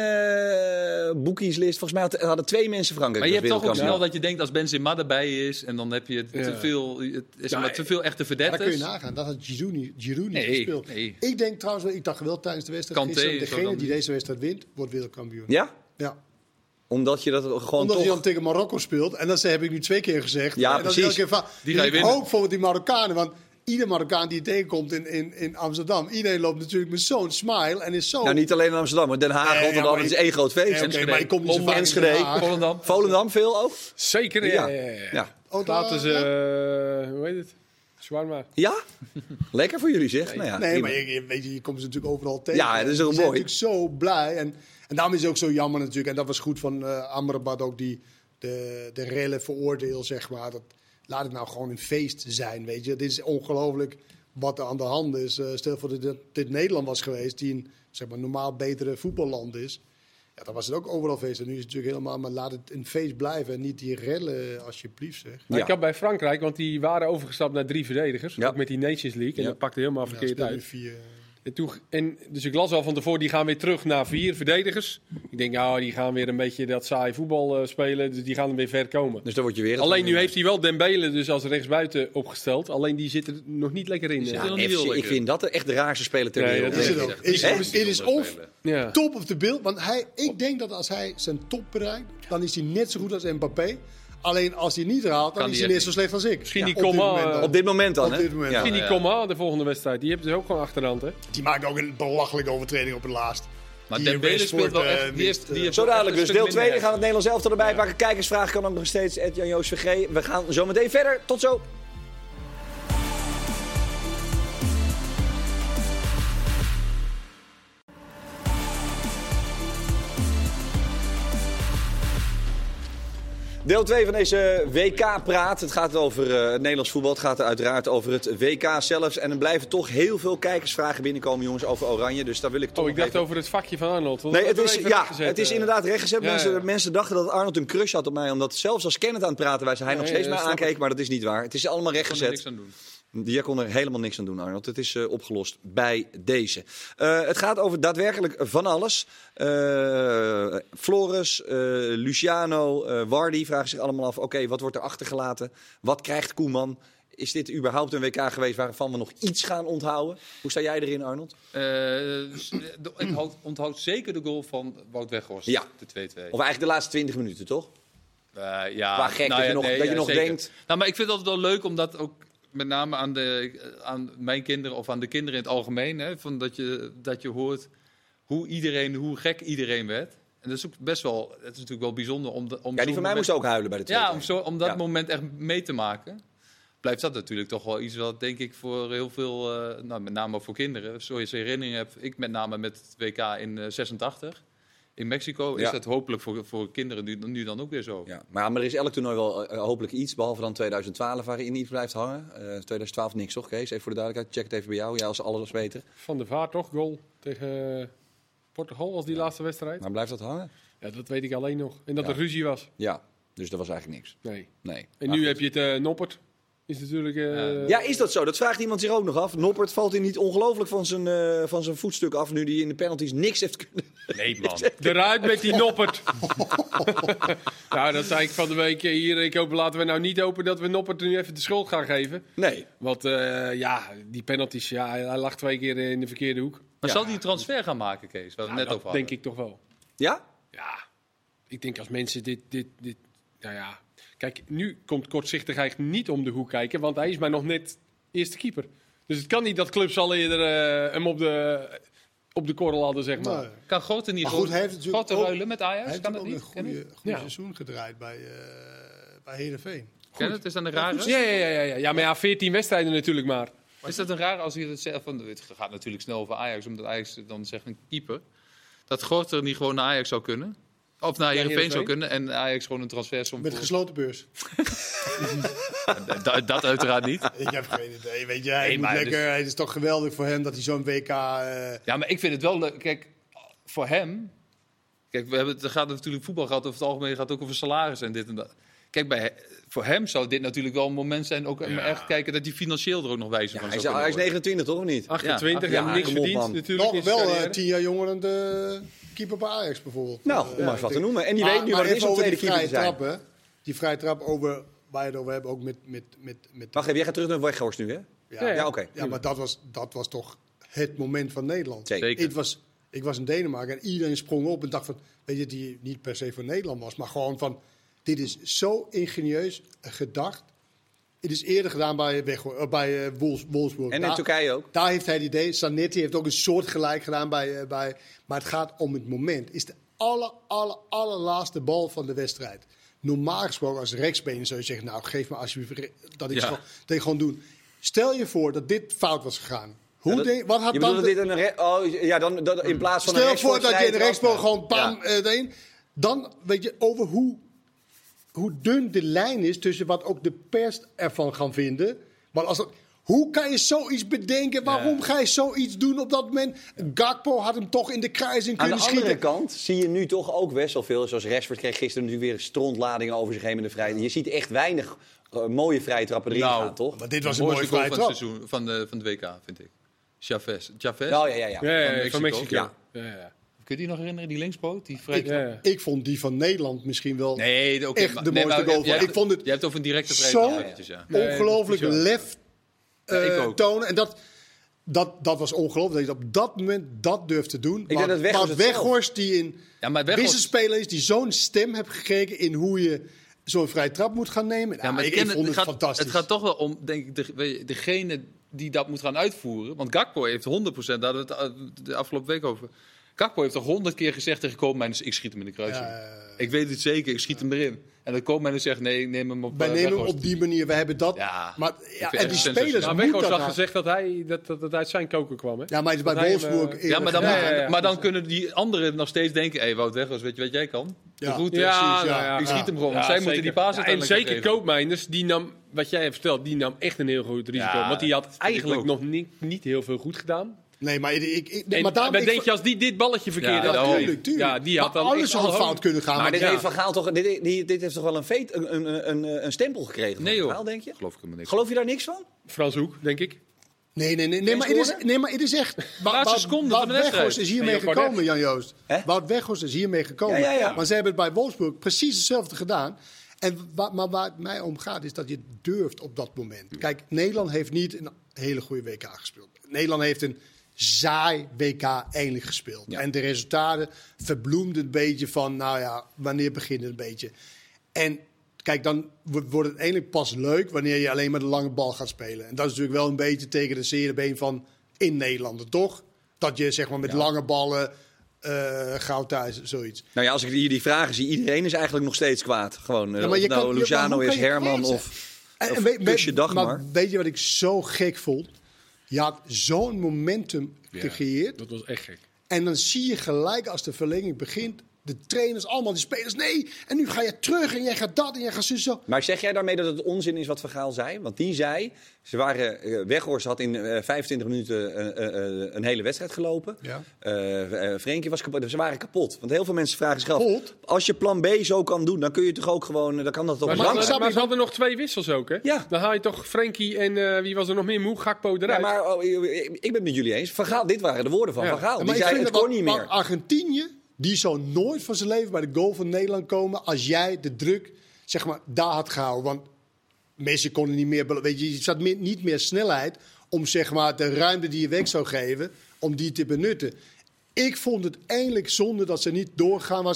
uh, boekieslist, volgens mij had- hadden twee mensen Frankrijk Maar je als hebt toch ook snel wereldkampioen. dat je denkt als Benzema erbij is en dan heb je te Ja. veel, het is Ja, maar te veel echte Maar dan kun verdetters. je nagaan, dat had Giroud niet, Giroud niet Nee, gespeeld. nee. Ik denk trouwens, wel, ik dacht wel tijdens de wedstrijd, Kanté gisteren, is ook degene dan die niet. deze wedstrijd wint, wordt wereldkampioen. Ja? Ja. Omdat je dat gewoon Omdat toch... hij dan tegen Marokko speelt. En dat heb ik nu twee keer gezegd. Ja, en dan precies. elke keer van, Die dus ga je ik winnen. hoop voor die Marokkanen. Want ieder Marokkaan die je tegenkomt in, in, in Amsterdam. Iedereen loopt natuurlijk met zo'n smile. En is zo... Nou, niet alleen in Amsterdam, maar Den Haag, Nee, ja, Rotterdam, maar het is ik- één groot feest. Ja, oké, Enschede. maar ik kom niet zo Londen, vaak in Enschede. Den Haag. Volendam. Volendam veel ook? Zeker, Ja. ja. ja, ja. Ja. Oh, Laten ze, ja. uh, hoe heet het? Shawarma. Ja? Lekker voor jullie zeg. Nou ja, Nee, prima. maar je, je, weet je, je komt ze natuurlijk overal tegen. Ja, dat is ook Ze zijn mooi. natuurlijk zo blij. En, en daarom is het ook zo jammer natuurlijk. En dat was goed van uh, Amrabat ook, die de, de rellen veroordeel, zeg maar. Dat, laat het nou gewoon een feest zijn, weet je. Dit is ongelooflijk wat er aan de hand is. Uh, stel voor dat dit, dit Nederland was geweest, die een zeg maar, normaal betere voetballand is. Ja, dan was het ook overal feest. En nu is het natuurlijk helemaal, maar laat het een feest blijven. En niet die rellen, alsjeblieft, zeg. Maar Ja. ik had bij Frankrijk, want die waren overgestapt naar drie verdedigers. Ja. Ook met die Nations League. En Ja. dat pakte helemaal Ja, verkeerd speel je uit. vier, En toen, en, dus ik las al van tevoren, die gaan weer terug naar vier verdedigers. Ik denk, nou, die gaan weer een beetje dat saai voetbal uh, spelen. Dus die gaan er weer ver komen. Dus dan word je weer... Alleen nu heeft hij wel Dembele dus als rechtsbuiten opgesteld. Alleen die zit er nog niet lekker in. zit Ja. er nog F niet heel C, ik lekker. vind dat echt de raarste speler ter Nee, wereld. dat is het Nee. ook. Echt, Is- die het- moest het hij is onder of- spelen. Ja. top of the beeld. Want hij, ik denk dat als hij zijn top bereikt, dan is hij net zo goed als Mbappé. Alleen als hij niet haalt, dan Kan is die hij echt net zo slecht als ik. Misschien die op dit Coman, moment dan. uh, Op dit moment dan, Op hè? dit moment Ja. dan. Misschien die Coman de volgende wedstrijd. Die hebben ze ook gewoon achterhand, hè? Die maakt ook een belachelijke overtreding op het laatst. Maar Die Dembele Rashford, speelt wel eh, echt. Die heeft, mist, die eh, heeft Zo wel dadelijk echt dus. een Deel stuk twee, we minder gaan het Nederlands elftal erbij pakken. Kijkersvraag kan ook nog steeds. Ed Jan Joost V G. We gaan zo meteen verder. Tot zo. Deel twee van deze W K-praat. Het gaat over uh, het Nederlands voetbal. Het gaat uiteraard over het W K zelfs. En er blijven toch heel veel kijkersvragen binnenkomen, jongens, over Oranje. Dus daar wil ik toch Oh, ik nog dacht even... over het vakje van Arnold. Dat Nee, was het is, even ja, rechtgezet, het is eh. inderdaad rechtgezet. Ja, mensen, ja. mensen dachten dat Arnold een crush had op mij. Omdat zelfs als Kenneth aan het praten was, hij Nee, nog steeds ja, mij snap aankeek. ik. Maar dat is niet waar. Het is allemaal Ik kan er rechtgezet. niks aan doen. Jij kon er helemaal niks aan doen, Arnold. Het is uh, opgelost bij deze. Uh, het gaat over daadwerkelijk van alles. Uh, Flores, uh, Luciano, uh, Wardy vragen zich allemaal af... oké, okay, wat wordt er achtergelaten? Wat krijgt Koeman? Is dit überhaupt een W K geweest waarvan we nog iets gaan onthouden? Hoe sta jij erin, Arnold? Uh, de, ik houd, onthoud zeker de goal van Wout Weghorst. Ja. De twee-twee. Of eigenlijk de laatste twintig minuten, toch? Uh, ja, Qua gek, nou dat je ja, nog, nee, dat je ja, nog zeker. denkt... Nou, maar ik vind het altijd wel leuk, omdat ook met name aan, de, aan mijn kinderen of aan de kinderen in het algemeen, hè, van dat, je, dat je hoort hoe iedereen, hoe gek iedereen werd. En dat is ook best wel, het is natuurlijk wel bijzonder om, de, om Ja, die zo'n van mij moment, moest ook huilen bij de tweede. ja, om, zo, om dat Ja. moment echt mee te maken. Blijft dat natuurlijk toch wel iets wat, denk ik, voor heel veel, uh, nou, met name voor kinderen, zoals je herinnering hebt, ik met name met het W K in uh, zesentachtig. In Mexico is Ja. dat hopelijk voor, voor kinderen nu, nu dan ook weer zo. Ja, maar, maar er is elk toernooi wel uh, hopelijk iets, behalve dan tweeduizend twaalf waarin iets blijft hangen. Uh, tweeduizend twaalf niks, toch Kees? Even voor de duidelijkheid, check het even bij jou. Jij als alles beter. Van de Vaart toch, goal tegen Portugal was die laatste wedstrijd. Maar blijft dat hangen? Ja, dat weet ik alleen nog. En dat Ja. er ruzie was. Ja, dus dat was eigenlijk niks. Nee. Nee. En Maar nu goed. heb je het uh, Noppert. Is natuurlijk... Uh, Ja, is dat zo? Dat vraagt iemand zich ook nog af. Noppert valt hij niet ongelooflijk van zijn, uh, van zijn voetstuk af, nu hij in de penalties niks heeft kunnen. Nee, man. Eruit met die Noppert. Nou, dat zei ik van de week hier. Ik hoop, laten we nou niet hopen dat we Noppert nu even de schuld gaan geven. Nee. Want uh, ja, die penalties, ja, hij, hij lag twee keer in de verkeerde hoek. Maar Ja. zal hij een transfer gaan maken, Kees? Waar we Nou, net dat over hadden. denk ik toch wel. Ja? Ja, ik denk als mensen dit, dit, dit, nou ja. Kijk, nu komt kortzichtigheid niet om de hoek kijken, want hij is maar nog net eerste keeper. Dus het kan niet dat clubs al eerder uh, hem op de, op de korrel hadden, zeg maar. Nee. Kan Grote niet Maar goed, hij heeft natuurlijk Grote ook- ruilen met Hij Ajax? heeft Kan dat ook niet? een Ken goede, het? goede Ja. seizoen gedraaid bij, uh, bij Heerenveen. Ken het? Is aan de rare? Ja, ja, ja, ja, ja. ja, maar ja, veertien wedstrijden natuurlijk maar. Is dat een rare, als je het zegt, van, het gaat natuurlijk snel over Ajax, omdat Ajax dan zegt een keeper, dat Gorter niet gewoon naar Ajax zou kunnen? Of naar Heerenveen zou kunnen en Ajax gewoon een transfersom Met voor... gesloten beurs. dat, dat uiteraard niet. Ik heb geen idee. Weet je, hij, Nee, moet maar lekker, dus- het is toch geweldig voor hem dat hij zo'n W K... eh, Ja, maar ik vind het wel leuk. Kijk, voor hem... Kijk, we hebben het, er gaat natuurlijk voetbal gaat over het algemeen gaat ook over salaris en dit en dat. Kijk, bij, voor hem zou dit natuurlijk wel een moment zijn, ook om echt kijken dat hij financieel er ook nog wijzer Ja, van hij, zou is, hij is kunnen worden. negenentwintig, toch of niet? achtentwintig Ja, en niks kom op, verdiend man. natuurlijk. in nog zijn wel carrière. eh, tien jaar jonger dan de keeper bij Ajax bijvoorbeeld. Nou, Eh, om maar eens wat te ik- noemen. En die maar- weet nu maar wat het is even om over tweede die keeper te vrije zijn. trap, hè. Die vrije trap over, waar je het over hebt, ook met... met, met, met Wacht even, jij gaat terug naar Weghorst nu, hè? ja, Ja, oké. ja, maar dat was, dat was toch het moment van Nederland. Zeker. Zeker. Ik was, ik was in Denemarken en iedereen sprong op en dacht van... Weet je, die niet per se voor Nederland was, maar gewoon van... Dit is zo ingenieus gedacht. Het is eerder gedaan bij, Weg, uh, bij uh, Wolfs, Wolfsburg. En in Daar- Turkije ook. Daar heeft hij het idee. Zanetti heeft ook een soort gelijk gedaan bij, uh, bij... Maar het gaat om het moment. Is de aller, aller, allerlaatste bal van de wedstrijd. Normaal gesproken als rechtsbeen zou je zeggen... Nou, geef me alsjeblieft re- dat ik, Ja. gewoon, dat ik gewoon doen. Stel je voor dat dit fout was gegaan. Hoe Ja, dat- denk- wat had Je dan bedoelt de- dat dit een... re- Oh, ja, dan, dan in plaats van Stel een voor dat je in de rechtsbal rechtsboog gewoon bam Ja. eh, erin. Dan weet je over hoe, hoe dun de lijn is tussen wat ook de pers ervan gaan vinden. Want als dat, hoe kan je zoiets bedenken? Waarom ga je zoiets doen op dat moment? Gakpo had hem toch in de kruising Aan de kunnen andere schieten. kant zie je nu toch ook best wel veel. Zoals Rashford kreeg gisteren natuurlijk weer strontladingen over zich heen met de vrije. Je ziet echt weinig eh, mooie vrije trappen erin Nou, gaan, toch? Maar dit De was een mooie mooiste goal vrije van het trap. seizoen, van de, van de W K, vind ik. Chavez. Chavez? Oh, ja, ja, ja. Ja, ja, ja, Van van Mexico. Mexico. Ja. Ja, ja. Kun je die nog herinneren, die linkspoot? Die vrije Ik, Ja, ja. ik vond die van Nederland misschien wel Nee, oké, echt maar- de nee, mooiste maar goal. jij van. Ik vond het Je hebt over een directe vrije zo trap eventjes, ja. Nee, ongelooflijk dat is zo. lef Ja, ik eh, ook. tonen. En dat, dat, dat was ongelooflijk dat je op dat moment dat durft te doen. denk dat Weghorst maar het Weghorst die in Ja, maar Weghorst- wisselspeler is, die zo'n stem heeft gekregen in hoe je zo'n vrije trap moet gaan nemen. Ja, Nou, maar ik, ik ik ken vond het, het, het, gaat, fantastisch. het gaat toch wel om, denk ik, de, weet je, degene die dat moet gaan uitvoeren. Want Gakpo heeft honderd procent, daar hadden we het uh, de afgelopen week over. Gakpo heeft toch honderd keer gezegd tegen Koopmijn, dus ik schiet hem in de kruising. Ja, ja, ja. Ik weet het zeker, ik schiet hem erin. En dan Koopmijn zegt, nee, ik neem hem op Wij uh, nemen hem Weghorst. op die manier, we hebben dat. Ja, maar, vind ja, het en die echt spelers sensationeel. Nou, moeten Weghorst dat had gaan- gezegd dat hij dat, dat het uit zijn koken kwam. Hè? Ja, maar het is bij Dat hij hem, Wolfsburg... eh, Ja, maar dan, eerder Ja, gedaan. ja, ja. maar dan kunnen die anderen nog steeds denken, hé, Wout Weghorst, weet je wat jij kan? Ja. De route, Ja, Ja, precies, nou ja. ja. ik schiet hem gewoon. Ja, want zij zeker. moeten die paas Ja, en uiteindelijk zeker geven. Koopmeiners, die nam, wat jij hebt verteld, die nam echt een heel goed risico. Ja, want die had vind ik eigenlijk ook. nog niet, niet heel veel goed gedaan. Nee, maar ik... ik, ik- En maar daarom, dan ik- denk je, als die dit balletje verkeerd Ja, had daarom. gegeven, Tuurlijk, tuurlijk. ja, die had Maar dan alles echt had alle fout hoop. kunnen gaan. Maar maar dit ja. heeft Van Gaal toch... Dit, dit, dit heeft toch wel een, veet, een, een, een, een stempel gekregen van Nee, Van joh. Gaal, denk je? Geloof ik helemaal niks. Geloof je daar niks van? Frans Hoek, denk ik. Nee, nee, nee, nee, maar het is, geworden? nee, maar het is echt... Wa- Laatste Wa- seconde Wout van de wedstrijd. Weghorst is hiermee En Job gekomen, Jan-Joost. Hè? Wout Weghorst is hiermee gekomen. Ja, ja, ja. Maar ze hebben het bij Wolfsburg precies hetzelfde gedaan. En wa- maar waar het mij om gaat, is dat je durft op dat moment. Kijk, Nederland heeft niet een hele goede W K gespeeld. Nederland heeft een saai W K eindelijk gespeeld. Ja. En de resultaten verbloemden een beetje van, nou ja, wanneer begint het een beetje. En kijk, dan wo- wordt het eindelijk pas leuk wanneer je alleen maar de lange bal gaat spelen. En dat is natuurlijk wel een beetje tegen de zere been van in Nederland, toch? Dat je zeg maar met lange ballen eh goud thuis, zoiets. Nou ja, als ik hier die vragen zie, iedereen is eigenlijk nog steeds kwaad. Gewoon, Ja, eh, maar of je het nou kan- ja, Luciano maar hoe is, kan je Herman kwaad of... En, Of en weet, kus je weet- dag maar maar. weet je wat ik zo gek vond? Je had zo'n momentum gecreëerd. Dat was echt gek. En dan zie je gelijk als de verlenging begint, de trainers, allemaal die spelers. Nee, en nu ga je terug en jij gaat dat en jij gaat zo. zo. Maar zeg jij daarmee dat het onzin is wat Van Gaal zei? Want die zei, ze waren, eh, Weghorst had in eh, vijfentwintig minuten eh, eh, eh, een hele wedstrijd gelopen. Ja. Eh eh, Frenkie was kapot, ze waren kapot. Want heel veel mensen vragen zich af, Kapot? als je plan B zo kan doen, dan kun je toch ook gewoon, dan kan dat toch Maar, Maar ze ik hadden, snap maar niet ze hadden nog twee wissels ook, hè? Ja. Dan haal je toch Frenkie en eh, wie was er nog meer? Moe, Gakpo eruit. Ja, maar oh, ik ik ben het met jullie eens. Van Gaal, dit waren de woorden van Ja. Van Gaal. Ja, Die maar ik zei, vind het dat kon niet wat- meer. wat Argentinië, die zou nooit van zijn leven bij de goal van Nederland komen als jij de druk, zeg maar, daar had gehouden. Want Messi kon er niet meer, be- weet je, je zat meer- niet meer snelheid om zeg maar de ruimte die je weg zou geven, om die te benutten. Ik vond het eindelijk zonde dat ze niet doorgegaan was.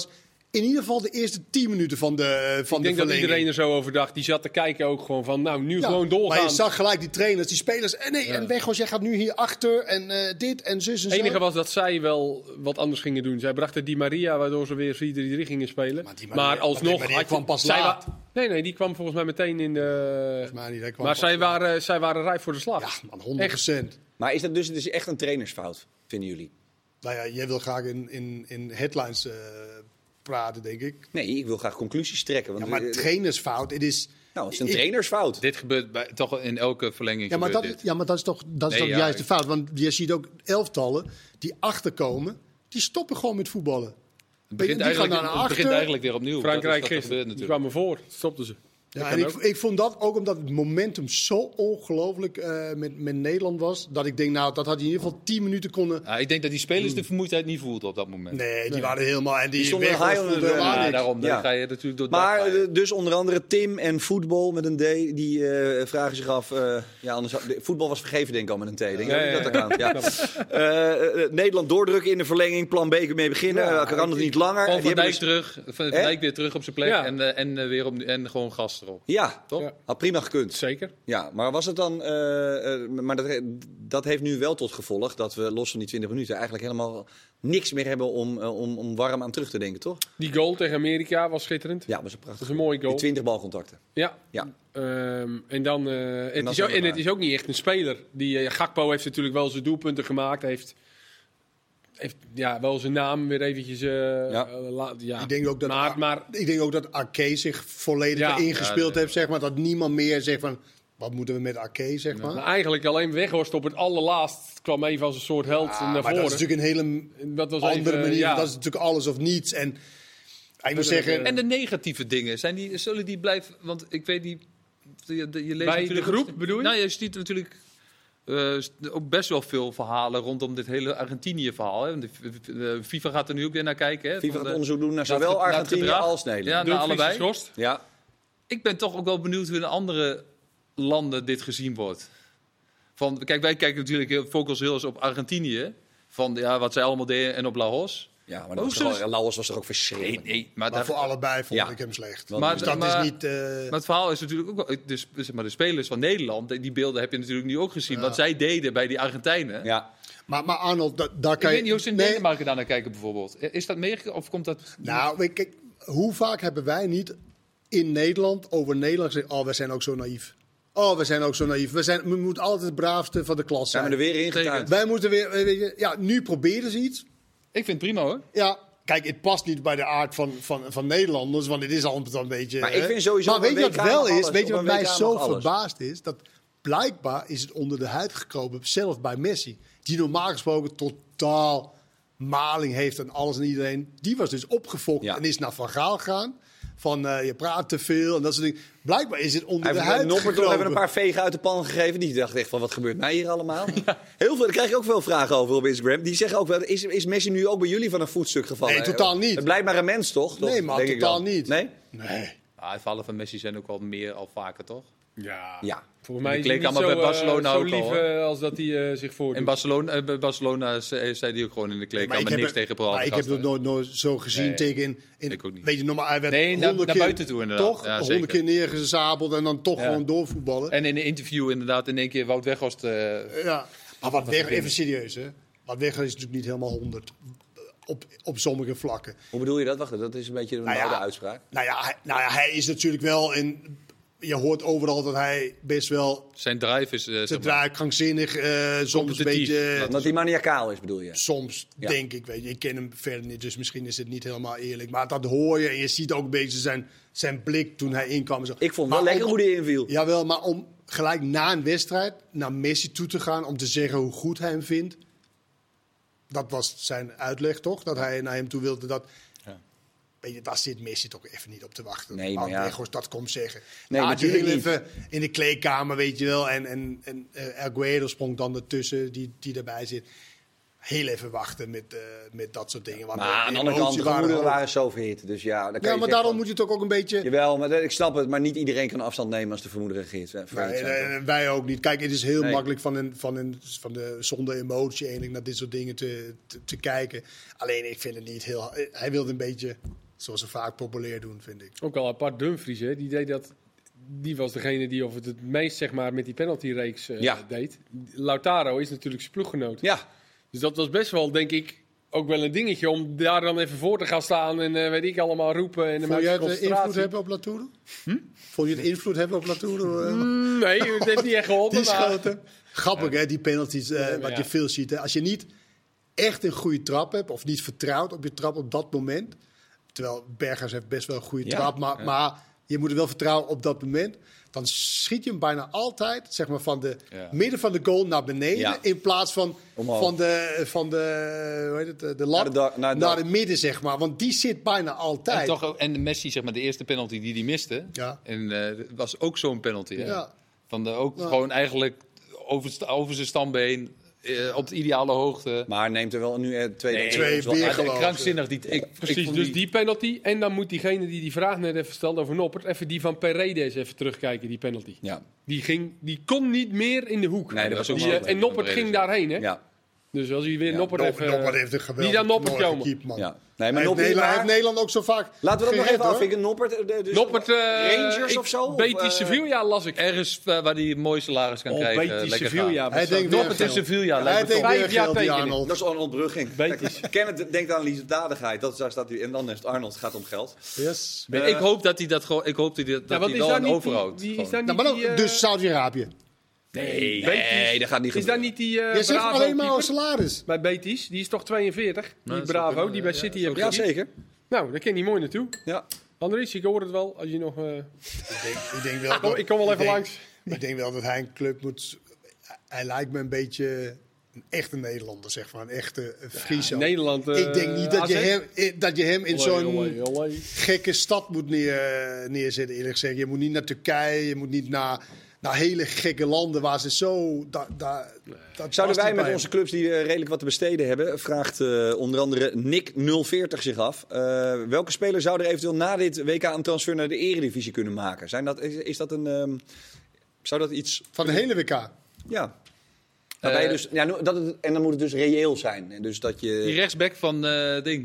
in ieder geval de eerste tien minuten van de, van Ik de denk dat verlenging. iedereen er zo over dacht. Die zat te kijken ook gewoon van, nou, nu Ja, gewoon doorgaan. Maar je zag gelijk die trainers, die spelers. En nee, Ja. en Weghorst, jij gaat nu hier achter. En uh, dit en zus en Het enige zo. was dat zij wel wat anders gingen doen. Zij brachten Di Maria, waardoor ze weer vier drie drie gingen spelen. Maar Di Maar, Maria- alsnog... maar Di Maria had je- kwam pas zij laat. wa- nee, nee, die kwam volgens mij meteen in de... Maar, niet, hij kwam Maar pas zij laat. waren, zij waren rijp voor de slag. Ja, man, honderd procent. Maar is dat dus, het is echt een trainersfout, vinden jullie? Nou ja, jij wil graag in, in, in headlines uh, praten, denk ik. Nee, ik wil graag conclusies trekken. Want Ja, maar eh, trainersfout, het is... nou, het is een ik- trainersfout. Dit gebeurt bij, toch in elke verlenging. Ja, maar gebeurt dat, dit. ja, maar dat is toch, dat is Nee, toch ja, juist de ik- fout. Want je ziet ook elftallen die achterkomen, die stoppen gewoon met voetballen. Het Die begint, gaan eigenlijk, naar het begint achter. eigenlijk weer opnieuw. Frankrijk dat is wat er gisteren, gebeurt die natuurlijk. kwamen voor. Stopten ze. Ja, Dat en kan ik, ook. ik vond dat ook omdat het momentum zo ongelooflijk uh, met, met Nederland was. Dat ik denk, nou, dat had je in ieder geval tien minuten kunnen... Ja, ik denk dat die spelers de vermoeidheid niet voelden op dat moment. Nee, die waren helemaal... En die, Die stonden Weghorst high on voelde the- helemaal Ja, niks. daarom dan Ja. ga je natuurlijk door het dak Maar waaien. eh, dus onder andere Tim en voetbal met een D, die eh, vragen zich af... eh, ja, anders, had- de- voetbal was vergeven, denk ik al met een T. Denk ik Ja, ja, dat dat ja. kan. Ja. Eh, eh, Nederland doordrukken in de verlenging, plan B mee beginnen. Ja, Ja, kan het niet langer. Gewoon Die Van hebben Dijk dus- terug, Van Hè? Dijk weer terug op zijn plek Ja. en, eh, en, eh, weer op, en gewoon gas erop. Ja, Toch? Ja. had prima gekund. Zeker. Ja, maar was het dan... eh, eh, maar dat, dat heeft nu wel tot gevolg dat we los van die twintig minuten eigenlijk helemaal niks meer hebben om, eh, om, om warm aan terug te denken, toch? Die goal tegen Amerika was schitterend. Ja, was een Dat prachtig. is een mooie Die goal. twintig balcontacten. Ja. Ja. Ehm, en dan, eh, het, dan is zijn ook, we en het klaar. is ook niet echt een speler. Die, eh, Gakpo heeft natuurlijk wel zijn doelpunten gemaakt. Heeft, heeft ja, wel zijn naam weer eventjes... eh, Ja. eh, la- ja. Ik denk ook dat, maar, maar ik denk ook dat Ake zich volledig Ja. ingespeeld Ja, heeft, zeg maar. Dat niemand meer zegt van, wat moeten we met Ake, zeg maar. maar eigenlijk alleen Weghorst op het allerlaatst kwam even als een soort held Ja, naar maar voren. dat is natuurlijk een hele Dat was andere even, manier. ja. Dat is natuurlijk alles of niets. En ik moet zeggen... En de negatieve dingen, zijn die, zullen die blijven... Want ik weet die... Je, je leest Bij natuurlijk de groep, ook- bedoel je? Nou, je ziet natuurlijk eh, ook best wel veel verhalen rondom dit hele Argentinië-verhaal. Hè. Want De, de FIFA gaat er nu ook weer naar kijken. Hè, FIFA van gaat de- onderzoek doen naar naar zowel het- naar het Argentinië gedrag. als Nederland. Ja, naar Dumfries allebei. is geschorst. Ja. Ik ben toch ook wel benieuwd hoe in andere landen dit gezien wordt. Van, kijk, wij kijken natuurlijk heel, focus heel eens op Argentinië. Van ja, wat zij allemaal deden en op Laos. Ja, maar Hoe dat was zullen toch, ze- Lauwers was toch ook Nee, verschrikkelijk? nee, maar, Maar daar- voor allebei vond Ja. ik hem slecht. Want- Maar- Dus dat maar- is niet... eh, Maar het verhaal is natuurlijk ook wel... Dus, zeg maar, de spelers van Nederland, die beelden heb je natuurlijk nu ook gezien. Ja. Wat zij deden bij die Argentijnen. Ja. maar, maar Arnold, da- daar Ik kan je... weet niet hoe ze in Nee, Denemarken daar naar kijken bijvoorbeeld. Is dat meegekomen of komt dat... Nou, weet je, kijk, hoe vaak hebben wij niet in Nederland over Nederland gezegd... Oh, we zijn ook zo naïef. Oh, we zijn ook zo naïef. We, zijn, we moeten altijd het braafste van de klas Zijn zijn. we er weer in Zeker. getuigd? Wij moeten weer... Weet je, ja, nu proberen ze iets. Ik vind het prima hoor. Ja, kijk, het past niet bij de aard van, van, van Nederlanders, want het is altijd een beetje... Maar ik hè. vind sowieso Maar op weet een je W K wat wel mag is? alles. Weet je Op wat een mij W K zo mag alles. verbaasd is? Dat blijkbaar is het onder de huid gekropen, zelfs bij Messi. Die normaal gesproken totaal maling heeft en alles en iedereen. Die was dus opgefokt Ja. en is naar Van Gaal gegaan. Van eh, je praat te veel en dat soort dingen. Blijkbaar is het onder Hij de heeft huid Noppert nog gekropen. even een paar vegen uit de pan gegeven. Die dacht echt van, wat gebeurt mij hier allemaal? Heel veel, daar krijg ik ook veel vragen over op Instagram. Die zeggen ook wel, is, is Messi nu ook bij jullie van een voetstuk gevallen? Nee, totaal niet. Het blijkt maar een mens, toch? Toch? Nee, maar Denk ik totaal dan. niet. Nee? Nee. Ah, de verhalen van Messi zijn ook wel meer al vaker toch? Ja. Ja. Volgens mij Die is hij kleed niet allemaal zo, bij Barcelona eh, zo ook al, lief hoor. eh, als dat hij eh, zich voordoet. In Barcelona, eh, bij Barcelona zei zei hij ook gewoon in de kleedkamer niks het- tegen maar Paul. ik heb het nooit, nooit zo gezien Nee, tegen in, in ik ook niet. weet je, normaal, hij werd Nee, naar- honderd naar keer- buiten toe inderdaad. Toch? Ja, honderd zeker. keer neergezabeld en dan toch Ja. gewoon doorvoetballen. En in een interview inderdaad in één keer Wout Weghorst... eh, Ja. Maar wat weg, even serieus hè. Wat weg is natuurlijk niet helemaal honderd. Op, op sommige vlakken. Hoe bedoel je dat? Wacht, dat is een beetje een Nou ja. oude uitspraak. Nou ja, hij, nou ja, hij is natuurlijk wel in. Je hoort overal dat hij best wel zijn drive is... eh, zeg te maar, draai, krankzinnig, eh, soms een Competitief. beetje. Dat hij maniacaal is, bedoel je? Soms Ja. denk ik, weet je, ik ken hem verder niet, dus misschien is het niet helemaal eerlijk. Maar dat hoor je en je ziet ook een beetje zijn, zijn blik toen hij inkwam. en Zo. Ik vond het Maar wel lekker om- hoe hij inviel. Jawel, maar om gelijk na een wedstrijd naar Messi toe te gaan om te zeggen hoe goed hij hem vindt. Dat was zijn uitleg toch? Dat hij naar hem toe wilde dat. Ja. Weet je, daar zit Messi toch even niet op te wachten. Nee, maar Als ja. Weghorst dat komt zeggen. Nee, Nou, natuurlijk die niet. heel even in de kleedkamer, weet je wel. En, en, en uh, Aguero sprong dan ertussen, die, die erbij zit. Heel even wachten met, uh, met dat soort dingen. Want Maar aan de de andere kant, de emoties waren gemoederen hoog. waren zo verhit. Dus ja, dan kan Ja, je maar zeggen daarom van- moet je toch ook een beetje... Jawel, maar dat- ik snap het. Maar niet iedereen kan afstand nemen als de vermoederen verhit verhit Nee, zijn. en, en wij ook niet. Kijk, het is heel Nee. makkelijk van, een, van, een, van de zonder emotie eigenlijk naar dit soort dingen te, te, te kijken. Alleen ik vind het niet heel. Hij wilde een beetje Zoals ze vaak populair doen, vind ik. Ook al apart Dumfries, hè? Die deed dat. Die was degene die of het het meest zeg maar, met die penaltyreeks uh, Ja. deed. Lautaro is natuurlijk zijn ploeggenoot. Ja, Dus dat was best wel, denk ik, ook wel een dingetje om daar dan even voor te gaan staan en uh, weet ik allemaal roepen. En Vond jij het uh, concentratie. invloed hebben op Latour? Hm? Vond je het invloed hebben op Latour? Uh, Mm, nee, het heeft niet echt geholpen. die maar- schoten. Grappig, hè, die penalties, uh, maar wat ja. je veel ziet. Hè. Als je niet echt een goede trap hebt, of niet vertrouwt op je trap op dat moment. Terwijl Berghuis heeft best wel een goede Ja, trap, maar, ja. maar je moet er wel vertrouwen op dat moment. Dan schiet je hem bijna altijd zeg maar, van de Ja. midden van de goal naar beneden. Ja. In plaats van, Omhoog. van, de, van de, hoe heet het, de, de lat Naar de da- naar naar, de de midden, zeg maar. Want die zit bijna En, altijd. toch, ook- en Messi, zeg maar, de eerste penalty die hij miste. Ja. En eh, het was ook zo'n penalty. Hè? Ja. Van de, ook Ja. gewoon eigenlijk over, st- over zijn stambeen. eh, op de ideale hoogte. maar neemt er wel nu eh, twee... Nee, twee dat is wel weer uit- geloof. Krankzinnig. Die, ik, Precies, ik vond dus die- die penalty. En dan moet diegene die die vraag net even stelde over Noppert, even die van Paredes even terugkijken, die penalty. Ja, Die, ging, die kon niet meer in de hoek. Nee, dat was ook Die, zo. eh, en Noppert Paredes, ging ja. daarheen, hè? ja, Dus als hij weer Ja, Noppert Noppert, even... Noppert heeft een geweldig die dan Noppert mooi komen. gekiept, man. ja. Nee, Hij maar heeft, Noppert, Nederland, heeft maar- Nederland ook zo vaak Laten we dat nog gered, even hoor. afvinken. Noppert, eh, dus Noppert, eh, Rangers ik- of zo? Of, Betis eh, Sevilla las ik. Ergens eh, waar hij een mooi salaris kan Oh, krijgen. Betis lekker Sevilla. gaan. Hij wat denkt zo- weer Noppert in geld. Sevilla. Hij lijkt me denkt toch. Vijf weer jaar geld, die tekenen. Arnold. Dat is Arnold Brugging. Betis. Kenneth denkt aan liefdadigheid. Dat, daar staat hij. En dan is het Arnold. Het gaat om geld. Yes. Eh, ik hoop dat hij dat gewoon. Ik hoop dat hij, dat Ja, want hij is wel daar een niet overhoudt. die, die, is gewoon. daar Nou, niet maar die, ook, eh, dus Saudi-Arabië. Nee, Betis. nee, dat gaat niet Is daar gebeuren. niet die uh, Je zegt Bravo alleen maar keeper? een salaris. Bij Betis, die is toch tweeënveertig? Die dat zou Bravo, kunnen, die bij ja, City zou heeft Ja, gezien. zeker. Nou, daar ken hij mooi naartoe. Ja. Andries, ik hoor het wel. Als je nog, eh, Ik denk, ik denk wel kom, dat- ik kom wel even denk- langs. Ik denk wel dat hij een club moet... Hij lijkt me een beetje een echte Nederlander, zeg maar. Een echte Fries. ook. Nederland. eh, ik denk niet dat je, A Z. hem, eh, dat je hem in Olé, zo'n olé, olé. gekke stad moet neer, neerzetten, eerlijk gezegd. Je moet niet naar Turkije, je moet niet naar, naar hele gekke landen waar ze zo... Da, da, dat Zouden past wij niet met bij onze clubs die eh, redelijk wat te besteden hebben, vraagt eh, onder andere Nick nul veertig zich af. Eh, welke speler zou er eventueel na dit W K een transfer naar de Eredivisie kunnen maken? Zijn dat, is, is dat een... ehm, zou dat iets... hem. Van de hele W K. Ja. Waarbij je Eh, dus, ja, nu- dat het, en dan moet het dus reëel zijn. En dus dat je... Die rechtsback van eh ding.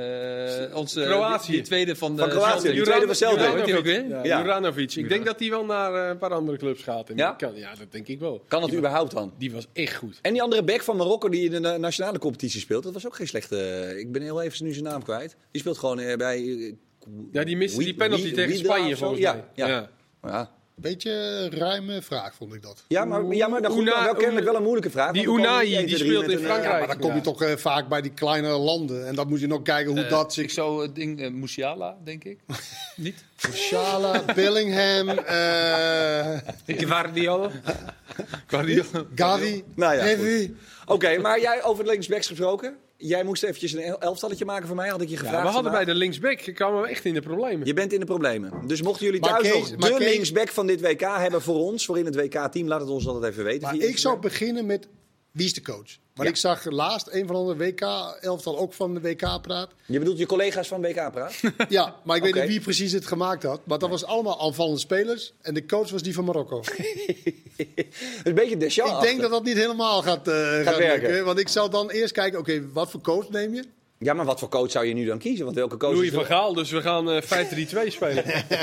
Eh, onze, Kroatië. Die, die tweede van de. Van Kroatië, die Juran- tweede was zelf. Juranovic. Juranovic. Weet je ook Ja, Ja. Juranovic. Ik denk dat hij wel naar eh, een paar andere clubs gaat. En Ja? die kan- ja, dat denk ik wel. Kan het überhaupt dan? Die was echt goed. En die andere back van Marokko die in de na- nationale competitie speelt, dat was ook geen slechte... Ik ben heel even nu zijn naam kwijt. Die speelt gewoon eh, bij... eh, Ja, die miste Wie- die penalty Wie- tegen Wiedra Spanje of zo? volgens Ja, mij. ja. Ja. Ja. Beetje een ruime vraag, vond ik dat. Ja, maar, ja, maar dan goed, Una- wel kennelijk wel een moeilijke vraag. Die want we komen Unai, niet één, die twee, drie speelt met in een, eh, Frankrijk. Maar dan kom je Ja. toch eh, vaak bij die kleinere landen. En dan moet je nog kijken hoe Eh, dat Ik zich... zou het ding. eh, Musiala, denk ik. Niet? Schala, Bellingham, eh Guardiola. Guardiola. Gavi, Nou ja, Heavy. Oké, maar jij over linksbacks gesproken. Jij moest eventjes een el- elftalletje maken voor mij, had ik je Ja, gevraagd. we hadden bij vandaag. de linksback, kwamen we echt in de problemen. Je bent in de problemen. Dus mochten jullie Maar thuis Kees- nog maar de Kees- linksback van dit W K hebben voor ons, voor in het W K-team, laat het ons altijd even weten. Maar via ik zou Instagram. beginnen met, wie is de coach? Want Ja. ik zag laatst een van de W K-elftal ook van de W K-praat. Je bedoelt je collega's van W K-praat? Ja, maar ik weet Oké. niet wie precies het gemaakt had. Maar dat was allemaal aanvallende spelers. En de coach was die van Marokko. een beetje Deschamps. Ik denk dat dat niet helemaal gaat, eh, gaat werken. lukken. Want ik zou dan eerst kijken, oké, wat voor coach neem je? Ja, maar wat voor coach zou je nu dan kiezen? Want welke coach Louis is van er- Gaal, dus we gaan eh vijf drie twee spelen.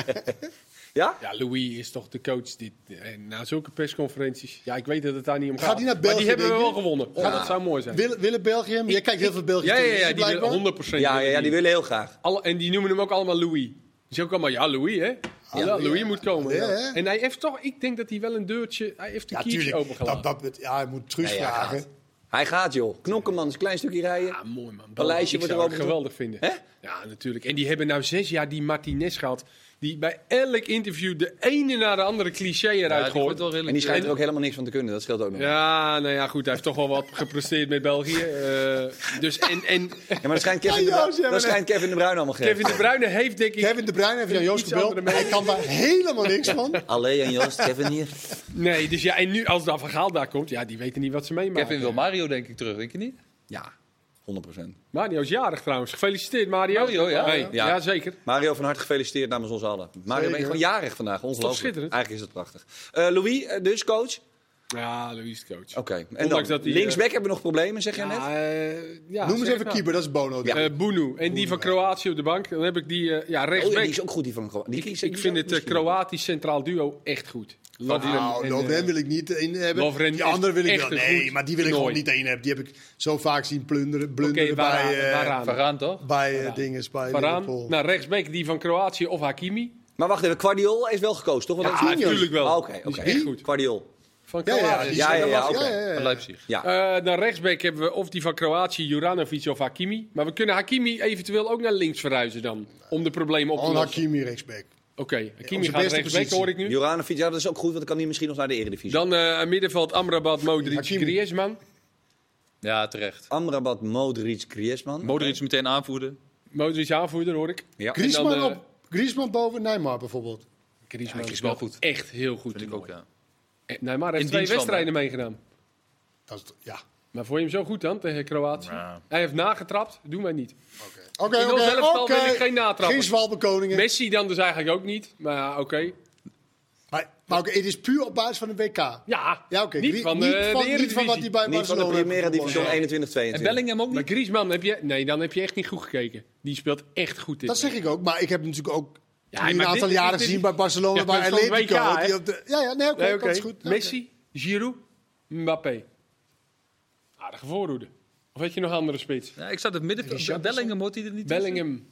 Ja? Ja, Louis is toch de coach. Die, en na zulke persconferenties. Ja, ik weet dat het daar niet om gaat. Gaat hij naar maar België, die hebben we denk wel je? gewonnen. Ja. Dat zou mooi zijn. Willen, willen België hem? Jij kijkt heel veel België Ja, ja, ja, televisie, die willen blijkbaar. honderd procent. Ja, ja, ja, die willen heel graag. Alle, en die noemen hem ook allemaal Louis. Die is ook allemaal, ja, Louis, hè? Ja, Louis ja. moet komen. Ja, Ja. hè? En hij heeft toch, ik denk dat hij wel een deurtje, hij heeft de Ja, kiertje tuurlijk. opengelaten. Dat, dat, ja, hij moet Truus Nee, hij vragen. gaat. Hij gaat, joh. Knokkenman is een klein stukje rijden. Ja, mooi man. Paleisje ik wordt zou er het ook- geweldig vinden. Hè? Ja, natuurlijk. En die hebben nou zes jaar die Martinez gehad. Die bij elk interview de ene na de andere cliché Ja, eruit die wordt gooit. wel redelijk. En die schijnt En- er ook helemaal niks van te kunnen. Dat scheelt ook nog. Ja, Ja, nou ja, goed. Hij heeft toch wel wat gepresteerd met België. Eh, dus en, en maar dat schijnt Kevin, Ja, de, Bru- Joost, ja, maar dat schijnt Kevin de Bruin allemaal gegeven. Kevin de Bruyne heeft denk ik... Kevin de Bruyne heeft Jan Joost Iets gebeld. andere mening. Hij kan daar helemaal niks van. Allee en Joost, Kevin hier. Nee, dus ja, en nu als Van Gaal daar komt, ja, die weten niet wat ze meemaken. Kevin wil Mario, denk ik, terug, denk je niet? Ja, honderd procent. Mario is jarig trouwens. Gefeliciteerd, Mario. Mario, ja. Hey, Ja. ja. zeker. Mario, van harte gefeliciteerd namens ons allen. Mario, ben je Zeker. gewoon jarig vandaag. Ongelooflijk. schitterend? Eigenlijk is het prachtig. Eh, Louis, eh, dus coach. Ja, Louis de coach. Oké. Okay. En Ondanks dan, dat die, linksback uh, hebben we nog problemen, zeg jij net? Ja, uh, ja, Noem eens zeg even maar. keeper, dat is Bono. Ja. Uh, Bunu. En die van Kroatië op de bank. Dan heb ik die uh, ja, Oh, rechtsback. ja, die is ook goed, die van Kroatië. Ik, ik vind het uh, Kroatisch centraal duo echt goed. Lovren Nou, en, Lovren uh, wil ik niet in hebben. Lovren Die andere wil ik is wel. echt een Nee, goed maar die wil ik toernooi. gewoon niet één hebben. Die heb ik zo vaak zien plunderen, blunderen Oké, waaraan? bij, uh, waaraan? Varaan toch? bij uh, dinges, bij Varaan. Liverpool. Nou, rechtsback die van Kroatië of Hakimi. Maar wacht even, Guardiola is wel gekozen, toch? Want Ja, dat is- natuurlijk wel. Ah, Oké, Die oké. is echt goed. Guardiola. Van Ja, ja, Kroatië. die Ja, is- ja, ja, dat oké. was- ja, ja, ja. Van Leipzig. Ja. Uh, dan rechtsback hebben we of die van Kroatië, Juranovic of Hakimi. Maar we kunnen Hakimi eventueel ook naar links verhuizen dan. Om de problemen op te Gewoon lossen. Hakimi rechtsback. Oké, Hakimi Onze gaat beste rechtsback, positie. hoor ik nu. Juranovic, ja, dat is ook goed, want dan kan hij misschien nog naar de Eredivisie. Dan uh, middenveld Amrabat, Modric, Hakimi. Griezmann. Ja, terecht. Amrabat, Modric, Griezmann. Modric meteen aanvoerder. Modric aanvoerder, hoor ik. Ja. Griezmann, En dan, uh, op, Griezmann boven Neymar bijvoorbeeld. Griezmann Ja, is wel wel goed. echt heel goed. Vind ik ook, ja. Eh, Neymar heeft In twee dienst van wedstrijden meegedaan. Dat is, ja. Maar vond je hem zo goed dan tegen Kroatië? Ja. Hij heeft nagetrapt, doen wij niet. Oké, In ons oké, elftal oké. wil ik geen natrappen. Geen zwalbekoningen. Messi dan dus eigenlijk ook niet. Maar ja, oké. Maar, maar oké, het is puur op basis van een W K. Ja, Ja, oké. niet Grie- van, niet, uh, van, de niet van wat hij Eredivisie. bij Niet van de Barcelona heeft Primera Division gevonden. eenentwintig En tweeëntwintig. Bellingham ook Maar niet? Griezmann heb je... Nee, dan heb je echt niet goed gekeken. Die speelt echt goed dit. Dat zeg ik ook, maar ik heb natuurlijk ook Ja, nu maar een aantal dit- jaren dit- gezien bij Barcelona, Ja, bij maar het is van het Atletico. W K, hè? die op de, ja, ja, nee, oké, Nee, oké. dat is goed. Oké. Messi, Giroud, Mbappé. Aardige voorhoede. Of weet je nog andere spits? Ja, ik zat het midden. Richarlison. Bellingham moet hij er niet tussen? Bellingham.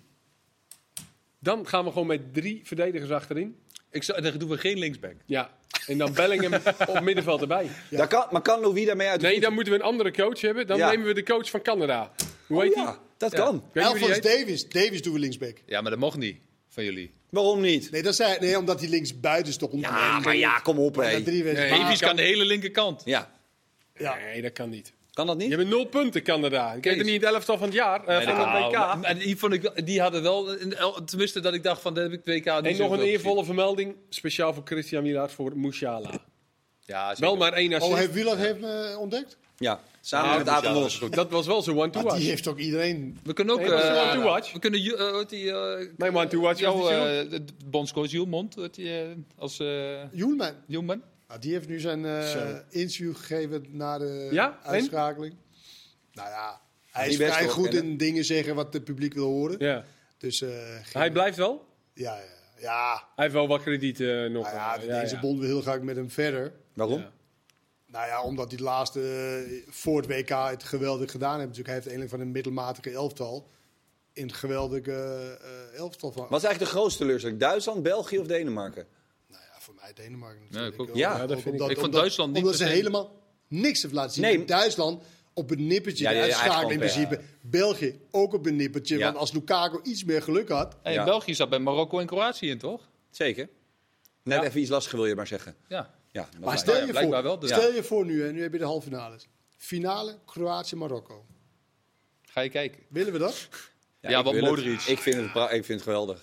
Dan gaan we gewoon met drie verdedigers achterin. Ik zou, dan doen we geen linksback. Ja. En dan Bellingham op middenveld erbij. Daar kan, maar kan Louis daarmee uit de Nee, voet? dan moeten we een andere coach hebben. Dan Ja. nemen we de coach van Canada. Hoe Oh, heet die? ja, dat Ja. kan. Weet je hoe die Alphonse heet? Davies. Davies doen we linksback. Ja, maar dat mocht niet van jullie. Waarom niet? Nee, dat zei, nee, omdat hij links buiten stond. Ja, maar ja, kom op, Na hé. drie wedstrijden. Nee, Davies Maar- kan de hele linkerkant. Ja, Ja. Nee, dat kan niet. kan dat Je niet? hebt nul punten, Canada. Ik weet er niet in het elftal van het jaar, eh, Nee, van dat het kan. W K. Maar- maar die, vond ik, wel- die hadden wel, een- el- tenminste dat ik dacht van, dat heb ik het W K niet En zo nog een veel eervolle vermelding, speciaal voor Christian Wielaert, voor Musiala. gezien. Ja, zeker. Wel maar één assist. Oh, heeft Wieland heeft me ontdekt? Ja, samen Ja, met dus Adam ja, Los. Dat was wel zo'n Maar one-to-watch. die heeft ook iedereen... We kunnen ook... Nee, dat is eh, een one-to-watch. We kunnen... ju- eh, hoe heet die, eh, Mijn one-to-watch jouw, was die Jules. eh, de de bondscoach Jules Mond, hoe heet die, eh, als uh, Joelman. Joelman. Nou, die heeft nu zijn eh, Zo. interview gegeven na de Ja? En? uitschakeling. Nou ja, hij is Die best vrij wel goed kennen. in dingen zeggen wat het publiek wil horen. Ja. Dus, eh, geen- Hij blijft wel. Ja, ja, ja. Hij heeft wel wat krediet eh, nog. Nou ja, eh, ja, deze ja. bond wil heel graag met hem verder. Waarom? Ja. Nou ja, omdat hij de laatste, eh, voor het W K het geweldig gedaan heeft. Natuurlijk, hij heeft eigenlijk van een middelmatige elftal in het geweldige eh, elftal van... Wat is eigenlijk de grootste teleurstelling? Duitsland, België of Denemarken? Nou ja, voor mij Denemarken Ja, natuurlijk. ik ook. Ja, Ook dat vind ik- omdat- Ik vond omdat- Duitsland niet Omdat ze per se- helemaal niks heeft laten zien. Nee. In Duitsland op een nippertje, Ja, de ja, ja, uitschakeling in eigenlijk principe. België ook op een nippertje. Ja. Want als Lukaku iets meer geluk had... En Ja. België zat bij Marokko en Kroatië in, toch? Zeker. Net Ja. even iets lastiger wil je maar zeggen. Ja. Ja, dat Maar lijkt stel me. ja, je, blijkbaar voor, wel, dus. stel je voor nu, en nu heb je de halve finales. Finale Kroatië-Marokko. Ga je kijken. Willen we dat? Ja, ik want wil het. Modric. Ik vind het, pra- ik vind het geweldig.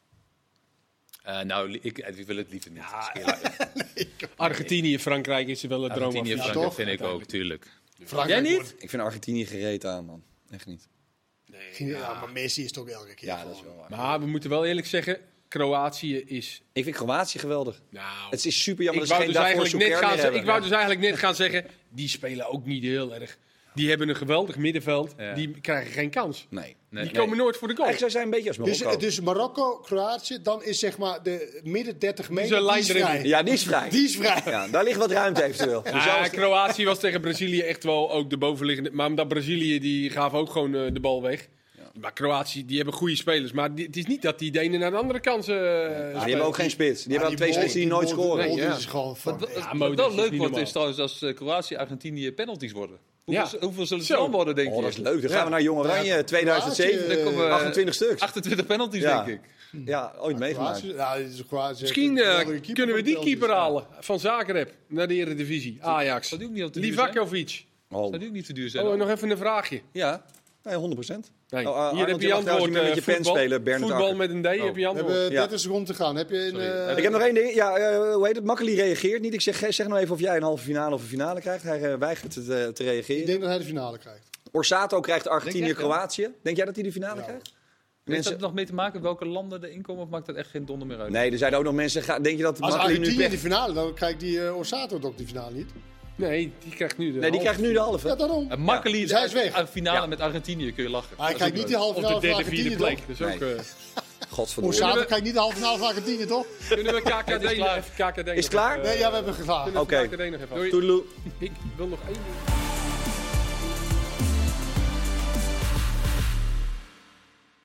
Eh, nou, li- ik, ik wil het liever niet. als ik eerlijk ben. Argentinië, Frankrijk is wel een droom. Argentinië en af. Frankrijk toch? vind ik ook, tuurlijk. Frankrijk Jij niet? wordt- Ik vind Argentinië gereed aan, man. Echt niet. Ging- ja, maar Messi is toch elke keer Ja, dat is gewoon- wel waar. Maar we moeten wel eerlijk zeggen, Kroatië is... Ik vind Kroatië geweldig. Nou, Het is super jammer ik dat wou, ze dus geen eigenlijk daarvoor net gaan, meer ze- hebben. ik wou dus eigenlijk net gaan zeggen, die spelen ook niet heel erg. Die hebben een geweldig middenveld, Ja. die krijgen geen kans. Nee. Nee. Die komen nooit voor de goal. Eigenlijk zou zij een beetje als Dus, Marokko. dus Marokko, Kroatië, dan is zeg maar de midden dertig meter, is een die lijn is erin. vrij. Ja, die is vrij. Die is vrij. Ja, daar ligt wat ruimte eventueel. Dus Ja, zelfs- Kroatië was tegen Brazilië echt wel ook de bovenliggende. Maar omdat Brazilië, die gaf ook gewoon eh, de bal weg. Maar Kroatië, die hebben goede spelers. Maar die- het is niet dat die Denen naar de andere kant eh Ja, die hebben ook geen spits. Die hebben Ja, wel twee bal- spitsen die nooit bal- scoren. bal Nee, ja. is gewoon van, Wat, ja, wat- Ja, wat Modric wel is leuk niet wordt normaal. is trouwens als eh, Kroatië Argentinië penalties worden. Hoeveel, Ja. hoeveel zullen het Zo. dan worden, denk Oh, je? dat is leuk. Dan gaan Ja. we naar Jong Oranje Ja, tweeduizend zeven. Kroatië, Dan komen we- achtentwintig stuks. achtentwintig penalties, Ja. denk ik. Ja, ooit meegemaakt. Kroatië, ja, dit is Kroatië. Misschien eh, Geweldige keeper kunnen we van die het keeper veld. halen van Zagreb naar de Eredivisie. Ajax. Zou die ook niet op de duur zijn? Livakovic. Oh. Zou die ook niet te duur zijn? Oh, dan? nog even een vraagje. Ja, nee, honderd procent. Nee. Oh, uh, Hier Arnold, heb je je mag trouwens antwoord. niet meer eh, met je pen voetbal, spelen, Bernard voetbal Akker. met een D heb je We antwoord. hebben Ja. dertig seconden te gaan. Heb je een, Sorry. eh, Ik heb nog één ding. Ja, eh, hoe heet het? Makkeli reageert niet. Ik zeg, zeg nou even of jij een halve finale of een finale krijgt. Hij eh, weigert het, eh, te ik reageren. denk dat hij de finale krijgt. Orsato krijgt Denk je echt, Argentinië-Kroatië. Denk jij dat hij de finale Ja. krijgt? Heeft Mensen... dat nog mee te maken welke landen er inkomen of maakt dat echt geen donder meer uit? Nee, er zeiden ook nog mensen. ga- Denk je dat Als Makkeli nu Argentinië in pech... de finale, dan krijgt die uh, Orsato ook die finale niet. Nee, die krijgt nu de Nee, die halve. krijgt nu de halve. Ja, daarom. En Makkeli Ja, zij is weg. een finale Ja. met Argentinië kun je lachen. Maar hij Dat is krijgt ook niet die halve Of de finale van derde, vierde Argentinië, plek. toch? Dus ook, Nee. eh, Godverdomme. Hoe zaterdag krijg je niet de halve finale van Argentinië, toch? kunnen we K K D Het is klaar. even K K D Is nog het klaar? even, Nee, ja, we hebben gevaar. kunnen we Oké. K K D nog even af. Toedeloe. Ik wil nog één ding.